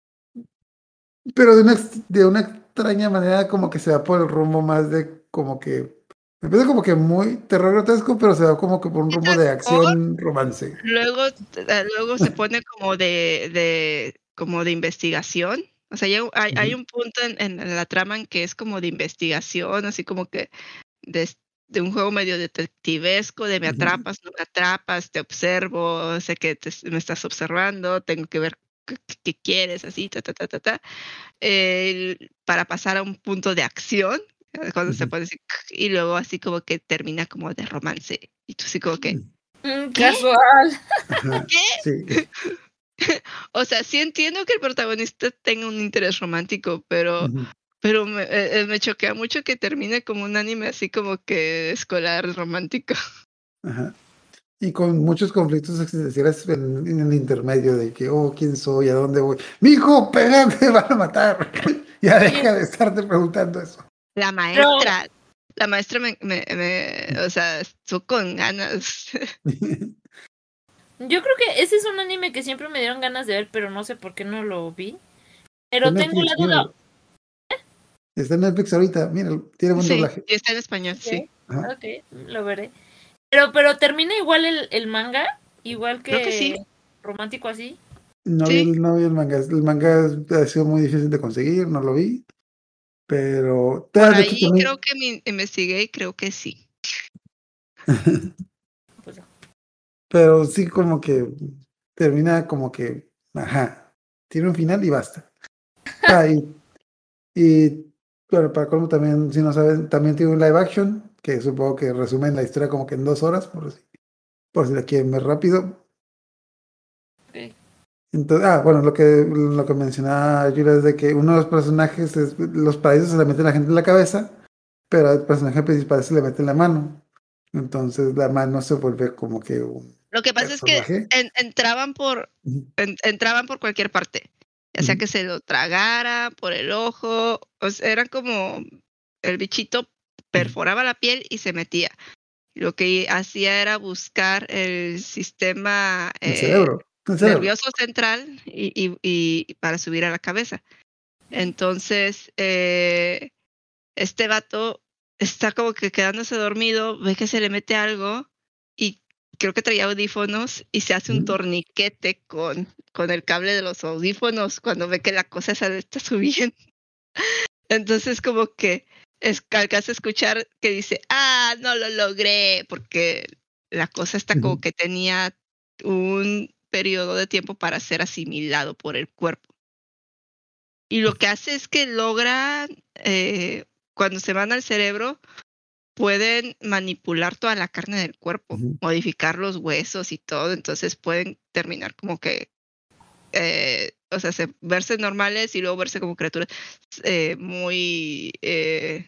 pero de una, ex- de una extraña manera como que se va por el rumbo más de como que, empieza como que muy terror grotesco, pero se va como que por un rumbo de acción, romance. Luego, eh, luego se pone como de, de, como de investigación. O sea, ya hay, hay Ujú, un punto en, en- en la trama en que es como de investigación, así como que de, de un juego medio detectivesco, de me ujú. atrapas, no me atrapas, te observo, sé que te- me estás observando, tengo que ver qué, qué quieres, así, ta, ta, ta, ta, ta, eh, para pasar a un punto de acción, cuando uh-huh. se pone así, y luego así como que termina como de romance, y tú así como que, mm, casual. ¿qué? Sí. O sea, sí entiendo que el protagonista tenga un interés romántico, pero, uh-huh. pero me, eh, me choquea mucho que termine como un anime así como que escolar romántico. Ajá. Y con muchos conflictos existenciales en, en el intermedio de que, oh, ¿quién soy? ¿A dónde voy? ¡Mijo, pégate! ¡Van a matar! Ya deja de estarte preguntando eso. La maestra, pero... la maestra me, me, me, o sea, estuvo con ganas. Yo creo que ese es un anime que siempre me dieron ganas de ver, pero no sé por qué no lo vi. Pero está tengo Netflix, la duda. ¿Eh? Está en Netflix ahorita, mira, tiene buen sí, doblaje. Está en español, sí. sí. Ok, lo veré. Pero, pero termina igual el, el manga, igual que, creo que sí. Romántico así. No, sí. vi el, no vi el manga. El manga ha sido muy difícil de conseguir, no lo vi. Pero por ahí hecho, también... creo que me investigué y creo que sí. Pues no. Pero sí como que termina como que, ajá, tiene un final y basta. Ah, y, y bueno, para colmo también, si no saben, también tiene un live action, que supongo que resumen la historia como que en dos horas, por si, por si la quieren ver rápido. Okay. Entonces, ah, bueno, lo que, lo que mencionaba Julia es de que uno de los personajes, es, los paraísos se le meten a la gente en la cabeza, pero al personaje principal se le mete en la mano. Entonces la mano se vuelve como que un Lo que pasa personaje. es que en, entraban por uh-huh. en, entraban por cualquier parte, ya sea uh-huh. que se lo tragara por el ojo, o sea, era como el bichito perforaba uh-huh. la piel y se metía. Lo que hacía era buscar el sistema el eh, cerebro. El cerebro. nervioso central y, y, y para subir a la cabeza. Entonces, eh, este vato está como que quedándose dormido, ve que se le mete algo y creo que traía audífonos y se hace un torniquete con, con el cable de los audífonos cuando ve que la cosa esa le está subiendo. Entonces como que es, alcanza a escuchar que dice, ah, no lo logré, porque la cosa está como que tenía un periodo de tiempo para ser asimilado por el cuerpo. Y lo que hace es que logra, eh, cuando se van al cerebro, pueden manipular toda la carne del cuerpo, uh-huh. modificar los huesos y todo, entonces pueden terminar como que, eh, o sea, se, verse normales y luego verse como criaturas eh, muy, eh,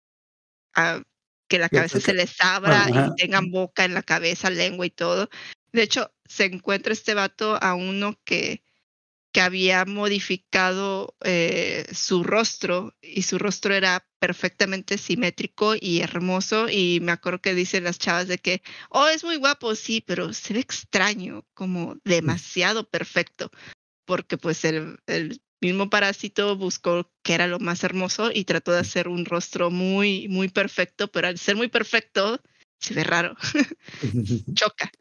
a, que la cabeza se les abra uh-huh. y tengan boca en la cabeza, lengua y todo. De hecho, se encuentra este vato a uno que que había modificado eh, su rostro y su rostro era perfectamente simétrico y hermoso y me acuerdo que dicen las chavas de que, oh, es muy guapo, sí, pero se ve extraño, como demasiado perfecto, porque pues el, el mismo parásito buscó que era lo más hermoso y trató de hacer un rostro muy, muy perfecto, pero al ser muy perfecto se ve raro, choca.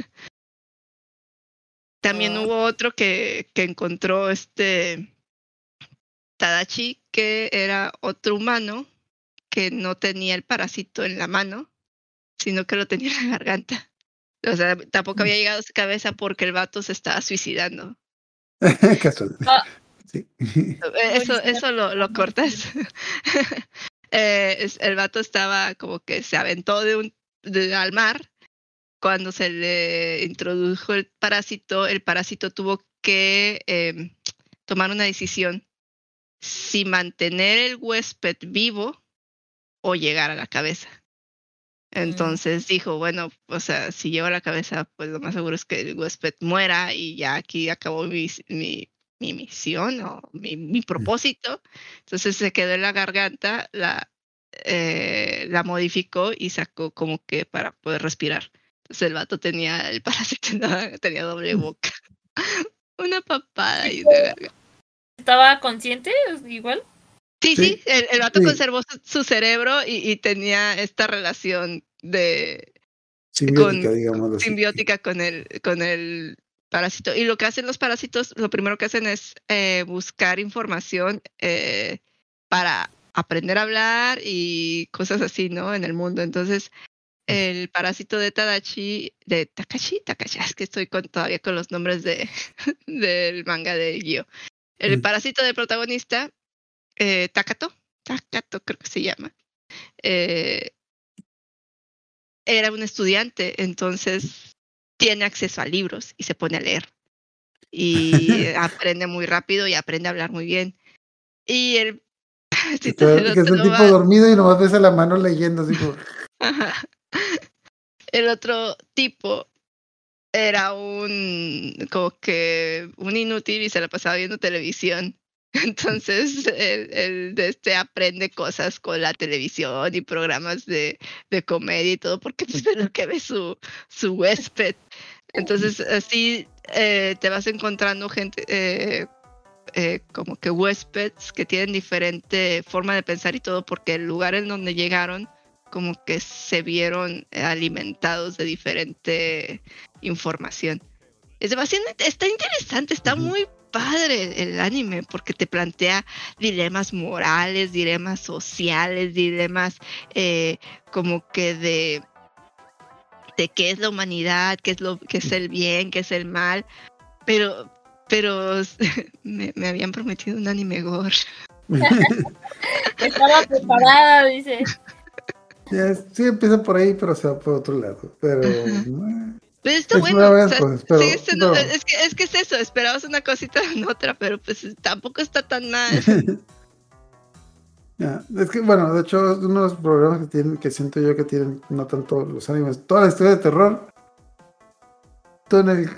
También oh. hubo otro que, que encontró este Tadachi, que era otro humano que no tenía el parásito en la mano, sino que lo tenía en la garganta. O sea, tampoco había llegado a su cabeza porque el vato se estaba suicidando. Casual. Ah. Sí. Eso, eso lo, lo cortas. eh, es, el vato estaba como que se aventó de un, de, al mar. Cuando se le introdujo el parásito, el parásito tuvo que eh, tomar una decisión si mantener el huésped vivo o llegar a la cabeza. Entonces mm. dijo, bueno, o sea, si llego a la cabeza, pues lo más seguro es que el huésped muera y ya aquí acabó mi, mi, mi misión o mi, mi propósito. Entonces se quedó en la garganta, la, eh, la modificó y sacó como que para poder respirar. Entonces el vato tenía el parásito, tenía doble boca. Una papada y una garganta. ¿Estaba consciente igual? Sí, sí, sí el, el vato sí. conservó su, su cerebro y, y tenía esta relación de simbiótica, con, digamos así. simbiótica con el, con el parásito. Y lo que hacen los parásitos, lo primero que hacen es eh, buscar información eh, para aprender a hablar y cosas así, ¿no? En el mundo. Entonces, el parásito de Tadachi, de Takashi, Takashi, es que estoy con, todavía con los nombres de del manga de Yu. El Mm. parásito del protagonista, eh, Takato, Takato creo que se llama, eh, era un estudiante, entonces tiene acceso a libros y se pone a leer. Y aprende muy rápido y aprende a hablar muy bien. Y el Que, parásito del está- que es el otro tipo va- dormido y nomás ves a la mano leyendo así como... Ajá. El otro tipo era un como que un inútil y se la pasaba viendo televisión. Entonces el, el de este aprende cosas con la televisión y programas de, de comedia y todo porque pues, es lo que ve su, su huésped. Entonces así eh, te vas encontrando gente eh, eh, como que huéspedes que tienen diferente forma de pensar y todo porque el lugar en donde llegaron como que se vieron eh, alimentados de diferente información. Es demasiado, está interesante, está Ujú. muy padre el anime porque te plantea dilemas morales, dilemas sociales, dilemas eh, como que de, de qué es la humanidad, qué es lo qué es el bien, qué es el mal, pero pero me, me habían prometido un anime gore. Estaba preparada, dice. Ya es- sí, empieza por ahí, pero se va por otro lado. Pero... Ajá. eh, Pero está explora bueno, o varias sea, cosas, pero, sigue siendo- pero- es, que, es que es eso, esperabas una cosita en otra, pero pues tampoco está tan mal. Ya, es que, bueno, de hecho, es uno de los programas que tienen, que siento yo que tienen, no tanto los animes, toda la historia de terror, todo en el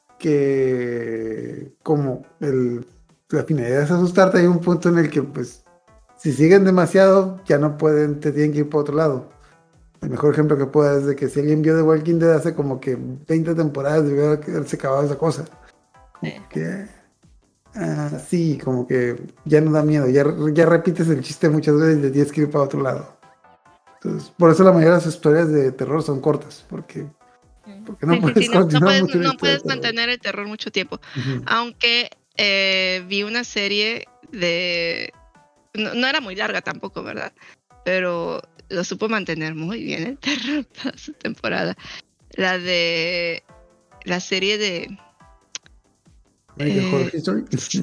que, como el, la finalidad es asustarte, hay un punto en el que, pues, si siguen demasiado, ya no pueden, te tienen que ir por otro lado. El mejor ejemplo que puedo dar es de que si alguien vio The Walking Dead hace como que veinte temporadas, debió haberse acabado esa cosa. Como Sí. que, ah, sí, como que ya no da miedo, ya, ya repites el chiste muchas veces y te tienes que ir para otro lado. Entonces, por eso la mayoría de las historias de terror son cortas, porque, porque no Sí, sí, puedes sí, no, no continuar puedes, mucho la no historia de puedes terror. mantener el terror mucho tiempo. Ujú. Aunque eh, vi una serie de... No, no era muy larga tampoco, ¿verdad? Pero lo supo mantener muy bien el terror toda su temporada. La de... La serie de American eh, Horror History.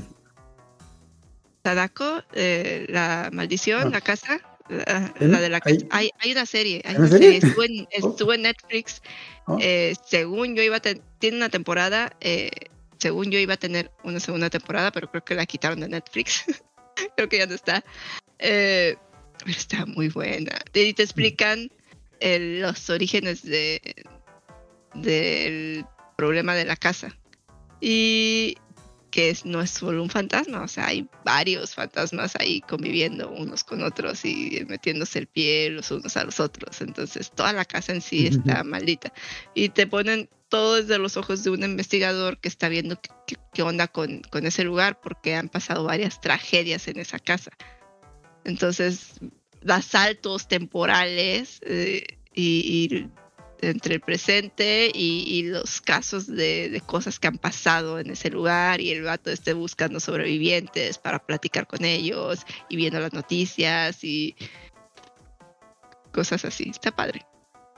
Sadako, eh, La Maldición, Ah. La Casa, la, ¿En? la de la casa. ¿Hay- Hay, hay una serie, hay ¿hay una una serie, serie? estuvo en, estuvo en Netflix. Oh. Eh, según yo iba a tener, tiene una temporada, eh, según yo iba a tener una segunda temporada, pero creo que la quitaron de Netflix. Creo que ya no está. Eh, pero está muy buena. Y te explican el- los orígenes de del problema de la casa. Y que es, no es solo un fantasma, o sea, hay varios fantasmas ahí conviviendo unos con otros y metiéndose el pie los unos a los otros. Entonces, toda la casa en sí está maldita. Y te ponen todo desde los ojos de un investigador que está viendo qué, qué- qué onda con, con ese lugar, porque han pasado varias tragedias en esa casa. Entonces, da saltos temporales eh, y, y entre el presente y, y los casos de, de cosas que han pasado en ese lugar y el vato esté buscando sobrevivientes para platicar con ellos y viendo las noticias y cosas así. Está padre.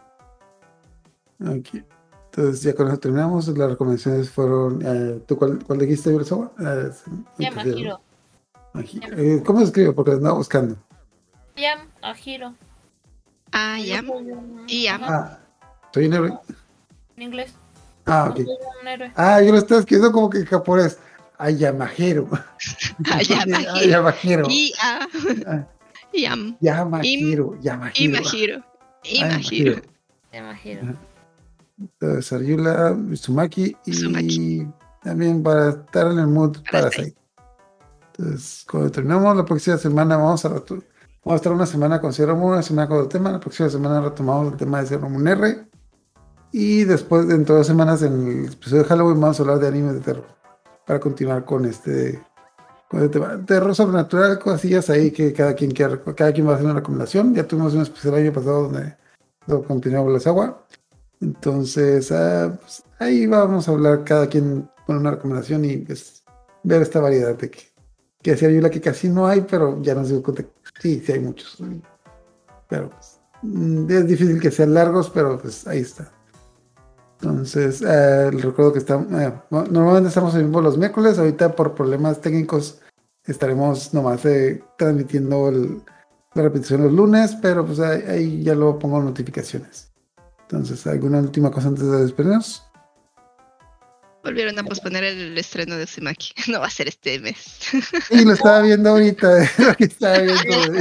Ok. Entonces, ya con eso terminamos. Las recomendaciones fueron. Eh, ¿Tú cuál, cuál dijiste, Yurasawa? Eh, Yamahiro. eh, ¿Cómo se escribe? Porque lo andaba buscando. Yamahiro. Ah, ya. Y ya. Ah, soy un héroe. En inglés. Ah, No ok. soy un héroe. Ah, yo lo estaba escribiendo como que en japonés. Ayamajero. Ah, Yamahiro. Ayamajero. Y ah, Ah, Yam. Yamajiro. Yamajiro. Imagiro. Ayamajiro. Imagiro. Yamahiro. Entonces, Ariula, Mitsumaki y Mitsumaki. también para estar en el mood Parasite. Parasite. Entonces, cuando terminamos la próxima semana, vamos a, retu- vamos a estar una semana con Sailor Moon, una semana con otro tema. La próxima semana retomamos el tema de Sailor Moon R. Y después, dentro de dos semanas, en el episodio de Halloween, vamos a hablar de animes de terror. Para continuar con este, con este tema. Terror sobrenatural, cosillas ahí que cada quien, quiera, cada quien va a hacer una recomendación. Ya tuvimos un especial el año pasado donde, donde continuamos las aguas. Entonces, ah, pues, ahí vamos a hablar cada quien con una recomendación y pues, ver esta variedad de que, que decía yo la que casi no hay, pero ya nos digo cuenta. Sí, sí hay muchos. Pero pues, Mm, Es difícil que sean largos, pero pues ahí está. Entonces, eh, recuerdo que estamos, eh, bueno, normalmente estamos en vivo los miércoles, ahorita por problemas técnicos estaremos nomás eh, transmitiendo el- la repetición los lunes, pero pues ahí, ahí ya lo pongo en notificaciones. Entonces, ¿alguna última cosa antes de despedirnos? Volvieron a posponer el estreno de Uzumaki. No va a ser este mes. Y lo estaba viendo ahorita, lo que estaba viendo.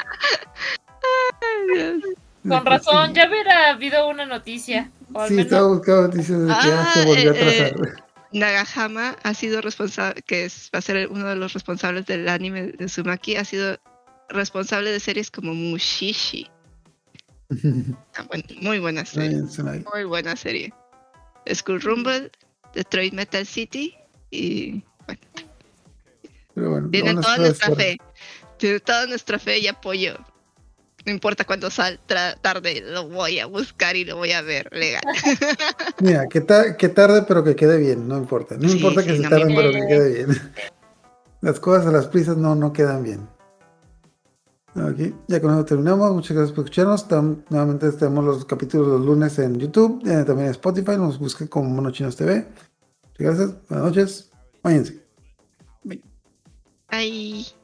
Ay, Dios. Con razón, ya hubiera habido una noticia. O al Sí, menos estaba buscando noticias de que ya Ah, se volvió a eh, eh, atrasar. Nagahama ha sido responsable, que es, va a ser uno de los responsables del anime de Uzumaki, ha sido responsable de series como Mushishi. Ah, bueno, muy buena serie. Bien, Tsunade. Muy buena serie. School Rumble, Detroit Metal City y bueno, Pero bueno, tienen no toda nos nuestra puede fe. Tienen toda nuestra fe y apoyo. No importa cuánto sal tra- tarde, lo voy a buscar y lo voy a ver legal. Mira, que, ta- que tarde, pero que quede bien, no importa. No Sí, importa que sí, se no me tarden, pero que importa. quede bien. Las cosas a las prisas no, no quedan bien. Ok, ya con eso terminamos. Muchas gracias por escucharnos. Tam- nuevamente tenemos los capítulos los lunes en YouTube, eh, también en Spotify. Nos busquen como Mono Chinos T V. Muchas gracias. Buenas noches. Váyanse. Ay.